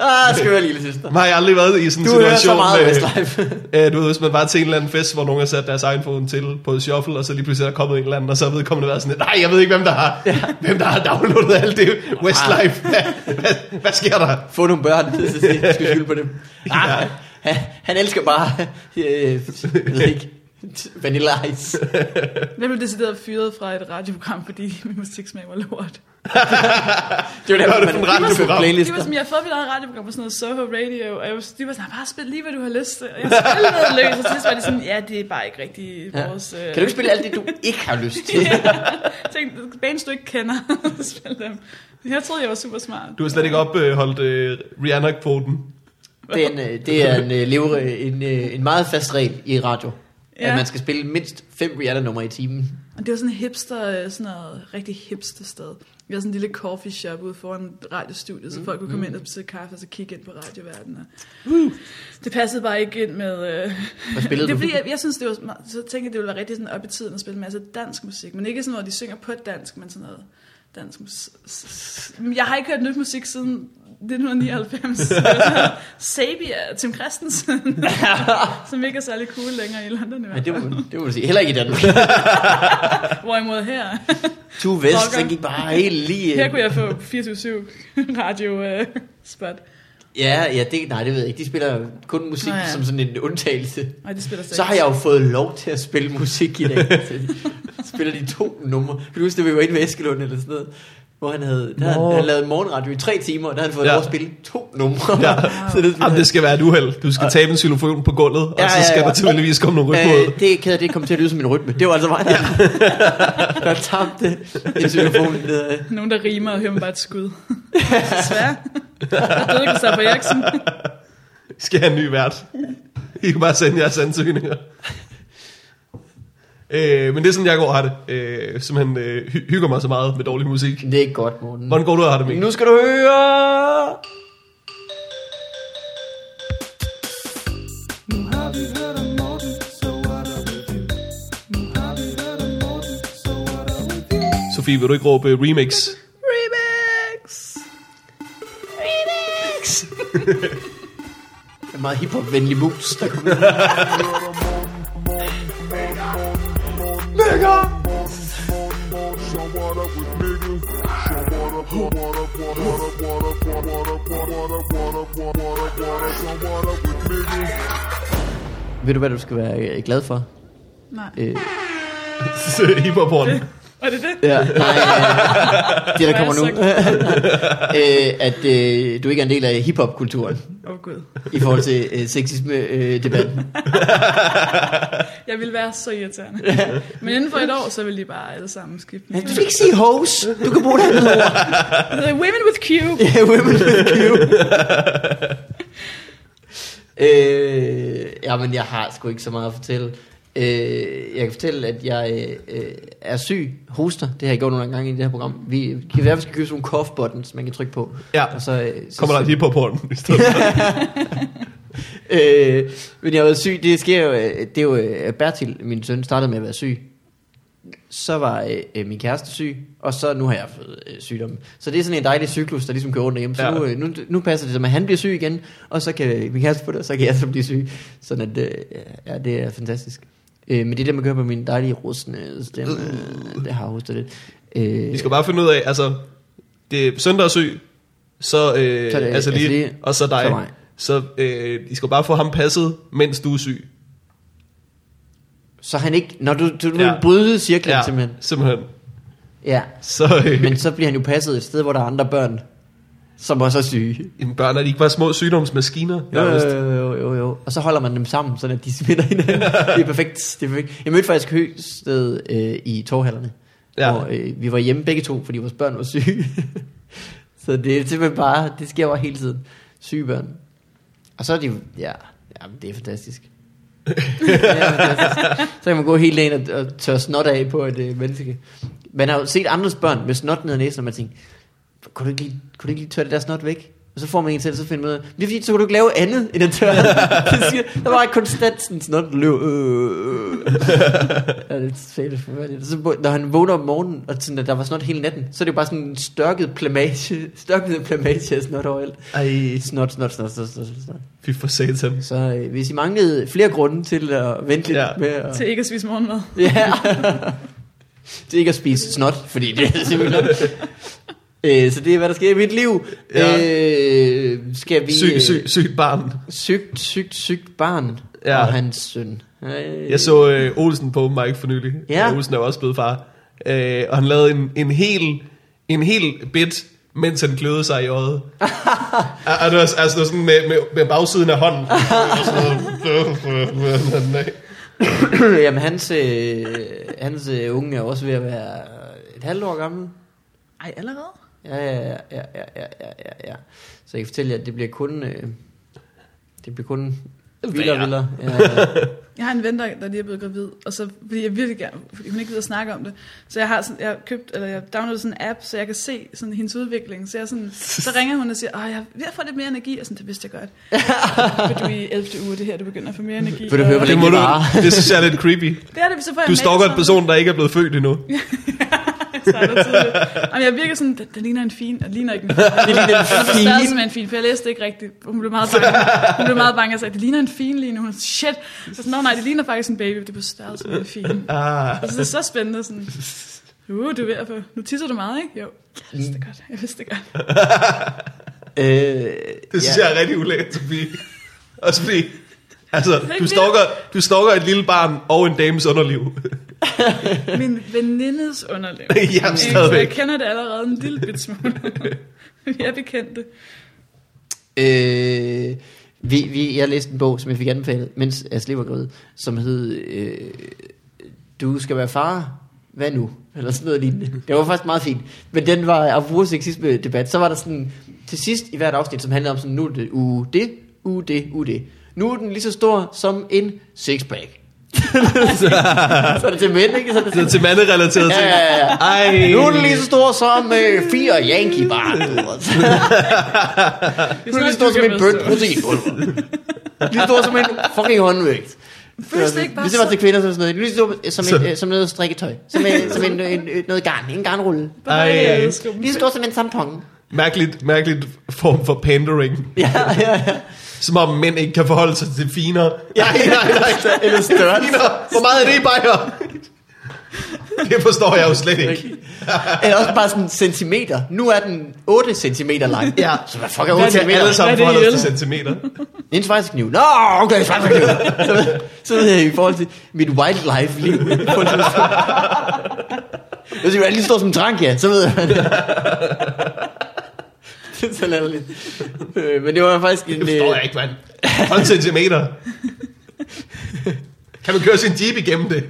Ah, skal være lille søster. Man har jeg aldrig været i sådan en Du hører situation. så meget med, Westlife. øh, du ved, hvis man var til en eller anden fest, hvor nogen har sat deres iPhone til på et shuffle, og så lige pludselig er der kommet en eller anden, og så er vedkommende været sådan, nej, jeg ved ikke, hvem der har, ja. hvem der har downloadet alt det Westlife. Hvad, hvad, hvad sker der? Få nogle børn, så skal skylde på dem. Ah, han, han elsker bare, øh, jeg ved ikke, Vanilla Ice. Jeg blev decideret fyret fra et radioprogram, fordi min musiksmag var lort. Det var derfor, det man for en radioprogram. Det var Playlister. som, jeg har fået mit eget radioprogram på sådan noget Soho Radio, og jeg var, de var sådan, bare spil lige, hvad du har lyst til. Og jeg spillede noget løs, og til sidst var de sådan, ja, det er bare ikke rigtig Ja. vores... Øh... Kan du ikke spille alt det, du ikke har lyst til? ja. Tænk, bands du ikke kender, spil dem. Jeg troede, jeg var super smart. Du har slet ikke opholdt øh, Rihanna-kvoten. Det er en, øh, det er en, øh, lever, en, øh, en meget fast regel i radio. Ja. At Ja. man skal spille mindst fem Rihanna-numre i timen. Og det var sådan en hipster, sådan noget rigtig hipster sted. Vi havde sådan en lille coffee shop ude foran radiostudiet, så folk kunne komme ind og bestille kaffe og så kigge ind på radioverdenen. Uh. Det passede bare ikke ind med... Øh... Hvad spillede det er du? fordi, jeg, jeg synes, det var, så tænkte jeg, det ville være rigtig sådan op i tiden at spille en masse dansk musik. Men ikke sådan, hvor de synger på dansk, men sådan noget dansk musik. Jeg har ikke hørt nyt musik siden nitten nioghalvfems. Sabia, Tim Christensen, som ikke er særlig cool længere i London. Men det må, det må du sige. Heller ikke i Danmark. Hvorimod her... Tue Vest, den gik bare helt lige... Her kunne jeg få fireogtyve syv radio uh, spot. Ja, ja, det, nej, det ved jeg ikke. De spiller kun musik Nå, ja. som sådan en undtagelse. Nej, det spiller Så har jeg jo fået lov til at spille musik i dag. Så spiller de to numre. Kan du huske, da vi var inde ved Eskelund eller sådan noget? Hvor han havde, der havde han lavet morgenradio i tre timer, og der havde han fået Ja. lov at spille to numre. Ja. Så det, Jamen, det skal være et uheld. Du skal tabe en xylofon på gulvet, og Ja, så ja, skal ja. der tilfældigvis komme nogle rytme ud. øh, det kan det kom til at lyde som en rytme. Det var altså mig, der, der tabte en xylofon. Nogen, der rimer og hører mig bare et skud. Desværre. Der døde Christoffer Eriksen. Skal have en ny vært. I kan bare sende jeres ansøgninger. Øh, men det er sådan, jeg går og har det. Øh, simpelthen øh, hy- hygger mig så meget med dårlig musik. Det er ikke godt, Morten. Hvordan går du og har det med? Nu skal du høre... Sofie, vil du ikke råbe remix? Remix! Remix! En meget hiphop-venlig mus, der kommer. Mega! Ved du, hvad du skal være glad for? Nej. Øh, Hiphop-horn. Var det det? ja, nej, øh, det der kommer nu. øh, at øh, du ikke er en del af hiphop-kulturen Åh, oh, Gud. i forhold til øh, sexisme-debatten. Jeg ville være så irriterende. Men inden for et år, så vil de bare alle sammen skifte. Du skal ikke sige hoes. Du kan bruge det andet ord. Women with Q. Ja, women with Q. øh, jamen, jeg har sgu ikke så meget at fortælle. Øh, jeg kan fortælle, at jeg øh, er syg, hoster. Det har jeg gjort nogle gange i det her program. Vi kan være, vi skal købe sådan nogle cough buttons, man kan trykke på. Ja, og så, øh, så kommer der et hiphop-horn i stedet for. øh, men jeg har været syg. Det sker jo, øh, det er jo øh, Bertil, min søn, startede med at være syg. Så var øh, min kæreste syg, og så nu har jeg fået øh, sygdom. Så det er sådan en dejlig cyklus, der ligesom kører rundt hjemme. Så Ja. nu, øh, nu, nu passer det som, at han bliver syg igen, og så kan min kæreste få det, og så kan jeg så blive syg. Sådan at, øh, ja, det er fantastisk. Øh, men det er det, man gør på min dejlige rustne stemme. Øh, det har hostet lidt. Øh, Vi skal bare finde ud af, altså, det er søndag er syg, så, øh, Så er det altså lige, Asli, og så dig. så mig. Så øh, I skal bare få ham passet, mens du er syg. så han ikke, når du, du Ja. ja. bryde cirklen Ja, simpelthen. simpelthen. Ja, Så, øh, men så bliver han jo passet et sted, hvor der er andre børn, som også er syge. jamen, børn er de ikke bare små sygdomsmaskiner? Jo, nærmest? jo, jo, jo, jo. Og så holder man dem sammen, så de smitter hinanden. Det er perfekt. Det er perfekt. Jeg mødte faktisk Høsted øh, i torvhallerne, Ja. hvor øh, vi var hjemme begge to, fordi vores børn var syge. Så det er simpelthen bare, det sker bare hele tiden. Syge børn. Og så er de, ja, ja det er fantastisk. Det er fantastisk. Så kan man gå hele dagen og, og tørre snot af på et øh, menneske. Man har jo set andres børn med snot ned ad næsen, og man tænker, kunne du ikke lige, kunne du ikke lige tørre det der snot væk? Og Og så får man en til, så finder man ud af, det er fordi, så kan du ikke lave andet end at tørre. Det siger, der var ikke konstant sådan, sådan noget, løb. Øh, øh. Ja, det er fælles forfærdeligt. Så når han vågner om morgenen, og sådan, at der var snot hele natten, så er det jo bare sådan en størket plamage, størket plamage af snot overalt. Ej. Snot, snot, snot, snot, snot, snot. Fy for satan. Så øh, hvis I manglede flere grunde til at vente lidt Ja. med at... Til ikke at spise morgenmad. Ja. Til ikke at spise snot, fordi det er simpelthen... Øh, så det er, hvad der sker i mit liv. Ja. Øh, skal vi... Syg, syg, sygt barn. Sygt, sygt, sygt barn Ja. og hans søn. Øh. Jeg så øh, Olsen på Mike for nylig. Ja. Olsen er jo også blevet far. Øh, og han lavede en, en hel en hel bit, mens han kløede sig i øjet. Og det var, altså, det var sådan med, med, med bagsiden af hånden. Jamen, hans, øh, hans øh, unge er også ved at være et halvt år gammel. Ej, allerede? Ja, ja, ja, ja, ja, ja, ja, ja. Så jeg kan fortælle jer, at det bliver kun... Øh, det bliver kun... Vildere og vildere. Ja, ja. Jeg har en ven, der der lige er blevet gravid, og så fordi jeg virkelig gerne, fordi hun ikke gider at snakke om det, så jeg har sådan, jeg har købt, eller jeg downloadet sådan en app, så jeg kan se sådan hendes udvikling, så jeg sådan, så ringer hun og siger, åh, jeg er ved at få lidt mere energi, og sådan, det vidste jeg godt. For du er i ellevte uge, det her, du begynder at få mere energi. Vil du høre, og, hvordan Det, må det du, var? det synes jeg er lidt creepy. det er det, så får jeg Du mail stalker en sådan- person, der ikke er blevet født endnu. starter tidligt. Jamen, jeg virker sådan, det, det ligner en fin, det ligner ikke en fin. Det ligner en fin. Det er som en fin, for jeg læste det ikke rigtigt. Hun blev meget bange. Hun blev meget bange og sagde, det ligner en fin lige nu. Hun sagde, shit. Så sådan, nå nej, det ligner faktisk en baby. Det er på størrelse med en fin. Ah. Og så er det så spændende sådan, uh, du er ved at få, nu tisser du meget, ikke? Jo, jeg vidste det godt, jeg vidste det godt. Øh, Det synes ja. jeg er rigtig ulækkert, Sofie. Også fordi, altså, du ikke stalker, du stalker et lille barn og en dames underliv. Min venindes underliv. Ja, Ikke? Så stadigvæk. jeg kender det allerede en lille bit smule. Vi er bekendte. Øh, vi, vi, jeg læste en bog, som jeg fik anbefalet, mens Asli var gravid, som hed øh, Du skal være far, hvad nu? Eller sådan noget lignende. Det var faktisk meget fint. Men den var, apropos sexisme debat, så var der sådan, til sidst i hvert afsnit, som handlede om sådan, nu er det uge det, uge det, uge det. Nu er den lige så stor som en sixpack. så, så er det til mænd, ikke? Så er det Det er til manderelateret ting. Ja, ja, ja. Ej. Nu er den lige så stor som øh, fire Yankee bar. Nu er den lige så stor som en bødt proteinpulver. Lige så stor som en fucking håndvægt. Føles det ikke bare Hvis det var så- til kvinder, så var det sådan noget. Lige så stor som, Så- et, øh, som noget strikketøj. Som, en, som en, en, en, noget garn. En garnrulle. Ej. Lige så stor som en tampon. Mærkeligt, mærkeligt form for pandering. Ja, ja, ja. Som om mænd ikke kan forholde sig til finere. Ja, nej, nej. Eller større. Finere. Hvor meget er det i bajer? Det forstår jeg jo slet ikke. Eller også bare sådan en centimeter. Nu er den otte centimeter lang. Ja. Så hvad fuck er Hvad otte er det centimeter? alle sammen Hvad er det forholder i sig el? til centimeter? En svejsekniv. Nå, okay, svejsekniv. Så, så ved jeg i forhold til mit wildlife-liv. Hvis jeg er lige stor som en trank, ja, så ved jeg det. Det er så latterligt. Øh, Men det var faktisk en... Det forstår jeg ikke, mand. tolv centimeter. Kan man køre sin jeep igennem det?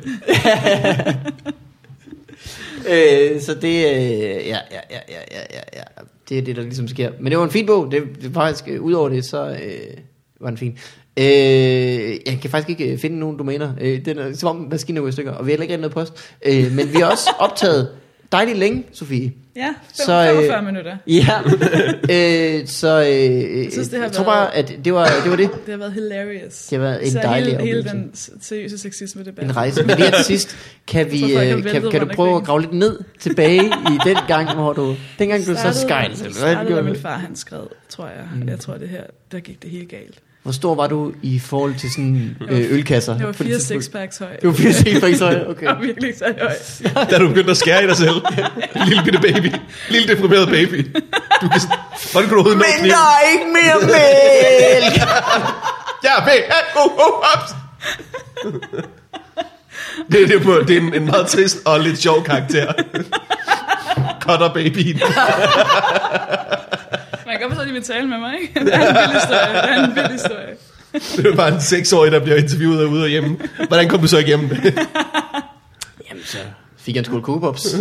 Øh, så det, øh, ja, ja, ja, ja, ja, ja, ja, det er det, der ligesom sker. Men det var en fin bog. Det, det var faktisk, øh, udover det, så øh, var den fin. Øh, jeg kan faktisk ikke øh, finde nogen domæner. Øh, den er som om maskinen er gået i stykker, og vi har heller ikke noget post. Øh, men vi har også optaget dejligt længe, Sofie. Ja, Så, øh, femogfyrre minutter. Ja, øh, så øh, jeg, synes, det har jeg tror været- bare, at det var det. Var det. Det har været hilarious. Det har været en så dejlig hele, hele oplevelse. den seriøse sexisme-debat. En rejse. Men lige til sidst, kan, vi, Jeg tror, folk har øh, kan, væltet kan du rundt prøve at omkring. grave lidt ned tilbage i den gang, hvor du... Dengang du så Startede- skejl selv. Hvad startede, gjorde da du? min far han skred, tror jeg. Mm. Jeg tror, det her, der gik det helt galt. Hvor stor var du i forhold til sådan øh, ølkasser? Jeg var på det fire tidspunkt? sixpacks høj. Du var fire sixpacks høj, okay. Jeg var virkelig ikke så høj. Da du begyndte at skære i dig selv. Lille bitte baby. Lille deprimeret baby. Du kan, hvordan kan du overhovedet nå Men kniven? der er ikke mere mælk! Ja, baby. Oh, oh, ups. Det, det, er på, det er en, en meget trist og lidt sjov karakter. Cutter babyen. Man kan godt forstå, at de vil tale med mig, ikke? Det er en vild historie. Det er en vild historie. Det er bare en seksårig, der bliver interviewet ude og hjemme. Hvordan kom du så igennem det? Jamen så fik jeg en skål Coco Pops.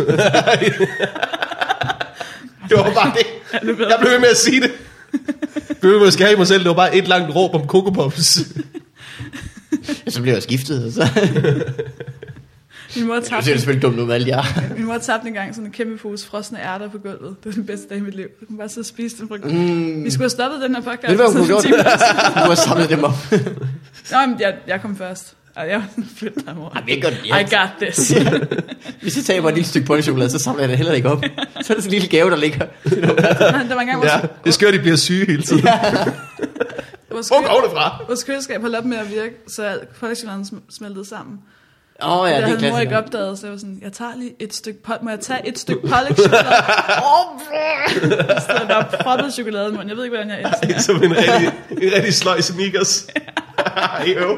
Det var bare det. Jeg blev ved med at sige det. Jeg blev ved med at skære i mig selv. Det var bare et langt råb om Coco Pops. Så blev jeg skiftet. Så. Min mor Det tabte, ser selvfølgelig dumt ud med alle jer. min mor tabte en gang sådan en kæmpe pose frosne ærter på gulvet. Det var den bedste dag i mit liv. Jeg kunne bare sidde og spise den. Mm. Vi skulle have stoppet den her podcast. Ved du, hvad hun for gjorde? sådan ti minutter. Du har samlet dem op. Nå, men jeg, jeg kom først. Og jeg flyttede dig, mor. Ej, vi er godt, I got this. Hvis I taber et lille stykke pålægchokolade, så samler jeg det heller ikke op. Så er det sådan en lille gave, der ligger. Der var en gang, hvor Ja, det er skørt, de bliver syge hele tiden. vores, Hvor kø- går det fra? vores køleskab holdt op med at virke, så alt pålægchokoladen sm- smeltede sammen. Åh oh, ja, det det er havde mor ikke klassisk. opdaget, så jeg var sådan, jeg tager lige et stykke po- må jeg tage et stykke pålægchokolade? Så der er proppet chokolade i munden. Jeg ved ikke, hvordan jeg elsker det. Som en rigtig, en rigtig sløj sneakers. Jo.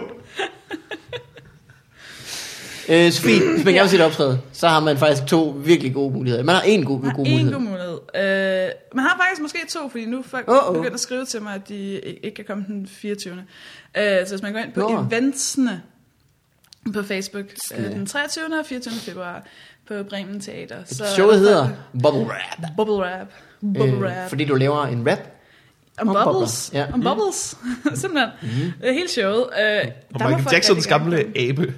Øh, Sofie, hvis man gerne vil se det optræde, så har man faktisk to virkelig gode muligheder. Man har en god, Man har god en mulighed. god mulighed. Øh, man har faktisk måske to, fordi nu er folk Oh, oh. begyndt at skrive til mig, at de ikke kan komme den fireogtyvende Øh, så hvis man går ind på Nå. eventsene på Facebook, Ja. øh, den treogtyvende og fireogtyvende februar på Bremen Teater. Så Showet er der hedder folk- Bubble Wrap. Bubble Wrap. Bubble Øh, Wrap. fordi du laver en rap. Om om bubbles. bobler, ja. Om bubbles. Simpelthen. Mm-hmm. Hele showet. Øh, der Og må Michael folk Jacksons rigtig gerne gamle komme. abe.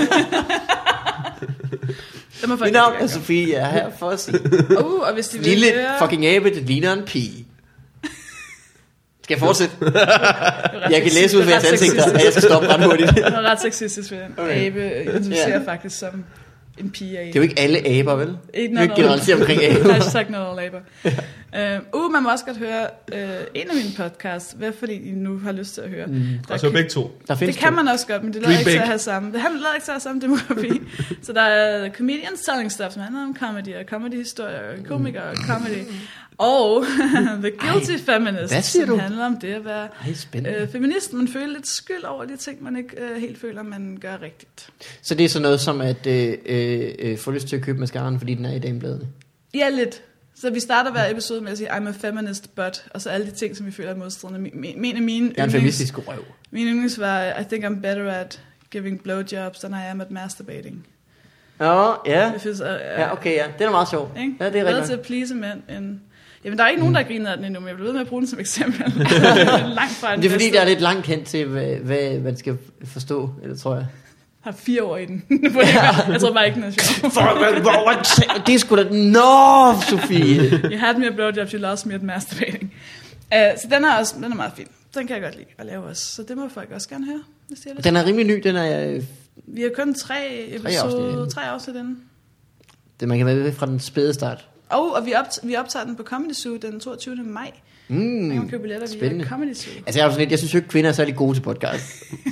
Der må folk Mit navn rigtig er gerne Sofie, jeg er her for at sige. komme. Uh, og hvis de vil Lille høre... fucking abe, det ligner en pige. Skal jeg fortsætte? Det er ret Jeg kan sexistisk. læse ud Det af er jeres ret ansigter, sexistisk. at jeg skal stoppe ret hurtigt. Det er ret sexistisk, for den Okay. abe identificerer Ja. faktisk som en pige af. Det er jo ikke alle aber, vel? Ikke Vi vil ikke generalisere omkring aber. Hashtag not all aber. Uh, uh, man må også godt høre uh, en af mine podcasts. Hvad fordi I nu har lyst til at høre. Mm. Og så begge to. Der findes Det kan to. man også godt, men det lader Dream ikke til big. at have samme. Det lader ikke til at have samme demografi. Så der er comedians telling stuff, som handler om comedy og comedy-historier og komikere og comedy. Og The Guilty Ej, Feminist, hvad siger som du? handler om det at være Ej, spændende. øh, feminist. Man føler lidt skyld over de ting, man ikke øh, helt føler, man gør rigtigt. Så det er sådan noget som at øh, øh, få lyst til at købe mascaraen, fordi den er i damebladene. Ja, lidt. Så vi starter hver episode med at sige, I'm a feminist, but, og så alle de ting, som vi føler er modstridende. Min, min af mine Jeg er en yndlings- feministisk røv. Min yndlings var, I think I'm better at giving blowjobs than I am at masturbating. Nå, ja. Det findes, uh, Ja, okay, ja. Den er meget sjov. Ikke? Ja, det er Bedre rigtigt. til at please mænd end... Jamen, der er ikke nogen, der griner af den endnu, men jeg bliver ved med at bruge den som eksempel. Langt fra den Det er fordi, bedste. der er lidt langt hen til, hvad, hvad man skal forstå, eller tror jeg. Jeg har fire år i den. Jeg tror bare ikke, den er sjov. Det er sgu da... Nå, Sofie! You had me at blowjobs, you lost me at masturbating. Uh, så den er, også, den er meget fin. Den kan jeg godt lide at lave også. Så det må folk også gerne høre, hvis de er lidt. Den er rimelig ny, den er... øh, Vi har kun tre episoder, afsnit. tre afsnit inden. Det, man kan være ved fra den spæde start. Og, og vi, opt, vi optager den på Comedy Zoo den toogtyvende maj. Mm, Man kan købe billetter spændende. via Comedy Zoo. Altså, jeg, er jo sådan lidt, jeg synes jo ikke, kvinder er særlig gode til podcast.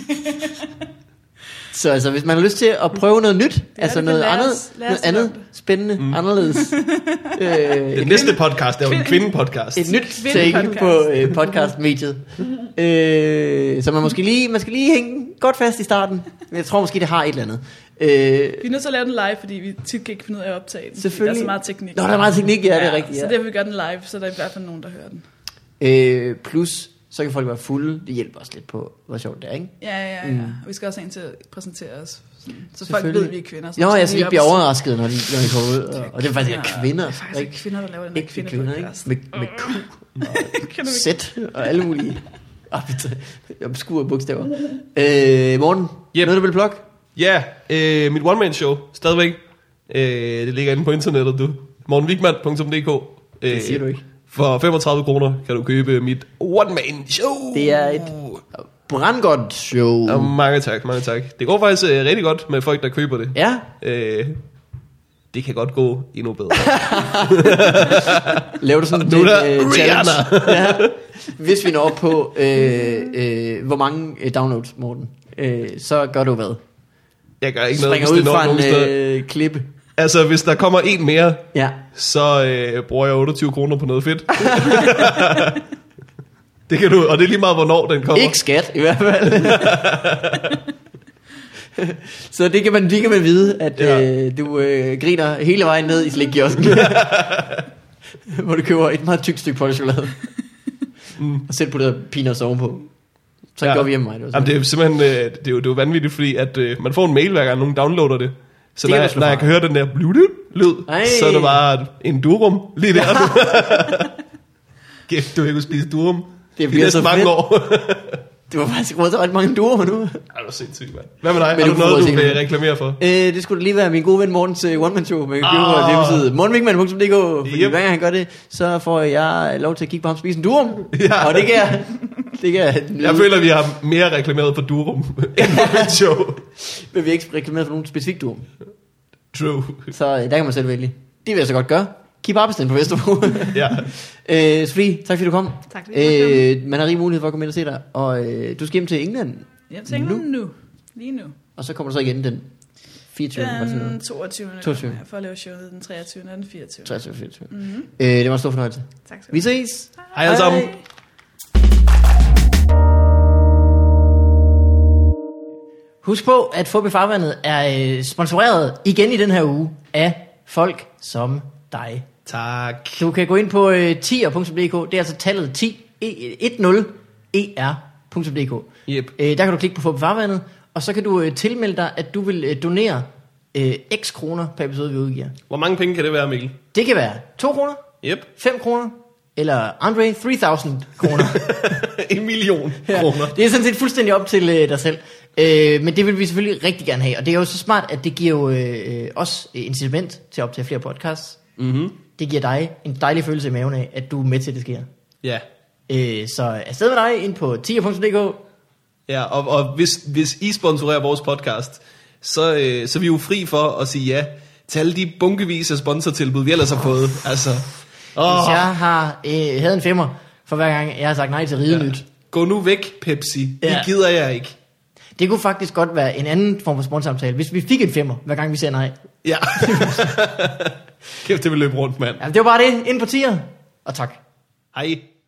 Så altså, hvis man har lyst til at prøve noget nyt, altså det, noget lad os- andet, lad os noget andet om det. spændende, mm. anderledes. øh, Det næste podcast er jo en Kvinde- kvindepodcast. et nyt Kvindepodcast. take på øh, podcastmediet. øh, så man måske lige, man skal lige hænge godt fast i starten. Men jeg tror måske, det har et eller andet. Øh, Vi er nødt til at lave den live, fordi vi tit kan ikke finde ud af at optage den. fordi Selvfølgelig. Der er så meget teknik. Nå, der er meget teknik, ja, det er rigtigt. Så Ja. derfor vi gør den live, så der er i hvert fald nogen, der hører den. Øh, plus, så kan folk være fulde. Det hjælper også lidt på, hvor sjovt det er, ikke? Ja, ja, ja. Mm. Mm. Og vi skal også have en til at præsentere os. Sådan, så folk Selvfølgelig. ved, at vi er kvinder. Så Jo, skal jeg vi så ikke op bliver og sige- overrasket, når de, når de kommer ud. Og, og det er faktisk Ja, ja, kvinder. Det er faktisk ikke kvinder, der laver den her Ikke kvinder, ikke? kvindepodcast. Med, med Q Kan du og Z og alle mulige obskure bogstaver. Øh, Morten, Yep. noget du vil plukke? Ja, øh, mit one-man-show, stadigvæk. Øh, det ligger inde på internettet, du. morten wigman punktum d k. Øh, Det siger du ikke. For femogtredive kroner kan du købe mit one-man-show. Det er et brandgodt show. Og mange tak, mange tak. Det går faktisk øh, rigtig godt med folk, der køber det. Ja, Øh, det kan godt gå endnu bedre. laver du sådan Og nu er der øh, challenge? Rihanna. Ja. Hvis vi når op på, øh, øh, hvor mange øh, downloads, Morten, øh, så gør du hvad? Jeg gør ikke noget, Springer hvis ud det når fra nogen en steder. øh, klippe. Altså, hvis der kommer en mere, Ja. så øh, bruger jeg otteogtyve kroner på noget fedt. Det kan du, og det er lige meget, hvornår den kommer. Ikke skat, i hvert fald. Så det kan man, det kan man vide, at Ja. øh, du øh, griner hele vejen ned i slikkiosken. Hvor du køber et meget tykt stykke pålægchokolade. mm. Og selv putter peanuts ovenpå. Så ja. går vi hjem med mig. Det, Jamen, det er simpelthen øh, det er jo, det er jo vanvittigt, fordi at, øh, man får en mail, hver gang nogen downloader det. Så Det når, kan jeg, du slå når jeg fra. kan høre den der bluetooth-lyd, Ej. så er det bare en durum lige der. Kæft, du ikke kunne spise durum Det de bliver næste så mange fedt. år. Du har faktisk råd til ret mange duer nu. Ej, det var sindssygt, mand. Hvad med dig? Men Har du du noget, får du sikkert- vil reklamere for? Øh, det skulle da lige være min gode ven Mortens uh, one-man-show med Ah. oh. hjemmeside mortenwigman punktum d k, fordi Yep. hver gang han gør det, så får jeg lov til at kigge på ham spise en durum. Ja. Og det kan jeg... Det kan jeg, Jeg føler, vi har mere reklameret for Durum end for mit show. Men vi har ikke reklameret for nogen specifik durum. True. Så øh, der kan man selv vælge. Det vil jeg så godt gøre. Keep Arbejdsten på Vesterbro. Ja. øh, Sofie, tak fordi du kom. Tak fordi du måtte øh, Man har rig mulighed for at komme ind og se dig. Og øh, du skal hjem til England. Jeg tænker nu. nu. Lige nu. Og så kommer du så igen den fireogtyvende. var det sådan noget? Den toogtyvende. toogtyvende. For at lave showet den treogtyvende og den fireogtyvende. treogtyve, fireogtyve. Mm-hmm. Øh, det var en stor fornøjelse. Tak skal du Vi have. ses. Hej alle sammen. Husk på, at Fubi Farvandet er øh, sponsoreret igen i den her uge af folk som dig. Tak. Du kan gå ind på øh, tier punktum d k. Det er altså tallet ti, ti er punktum d k. Yep. Øh, der kan du klikke på Fubi Farvandet, og så kan du øh, tilmelde dig, at du vil øh, donere øh, x kroner per episode, vi udgiver. Hvor mange penge kan det være, Mikkel? Det kan være to kroner, Yep. fem kroner, eller Andre, tre tusind kroner. En million Ja, kroner. det er sådan set fuldstændig op til øh, dig selv. Øh, men det vil vi selvfølgelig rigtig gerne have. Og det er jo så smart, at det giver jo øh, os incitament til at optage flere podcasts. Mhm. Det giver dig en dejlig følelse i maven af, at du er med til, at det sker. Ja. Øh, så afsted med dig ind på tier punktum d k. Ja, og, og hvis, hvis I sponsorerer vores podcast, så, øh, så er vi jo fri for at sige ja til alle de bunkevis af sponsortilbud, vi ellers har fået. Altså, åh, Hvis jeg har øh, havde en femmer for hver gang, jeg har sagt nej til Ridenyt. ja. Gå nu væk, Pepsi. Det Ja. gider jeg ikke. Det kunne faktisk godt være en anden form for sponsorsamtale, hvis vi fik en femmer, hver gang vi siger nej. Ja. Kæft, det vil løbe rundt, mand. Ja, det var bare det. Ind på tier. Og tak. Hej.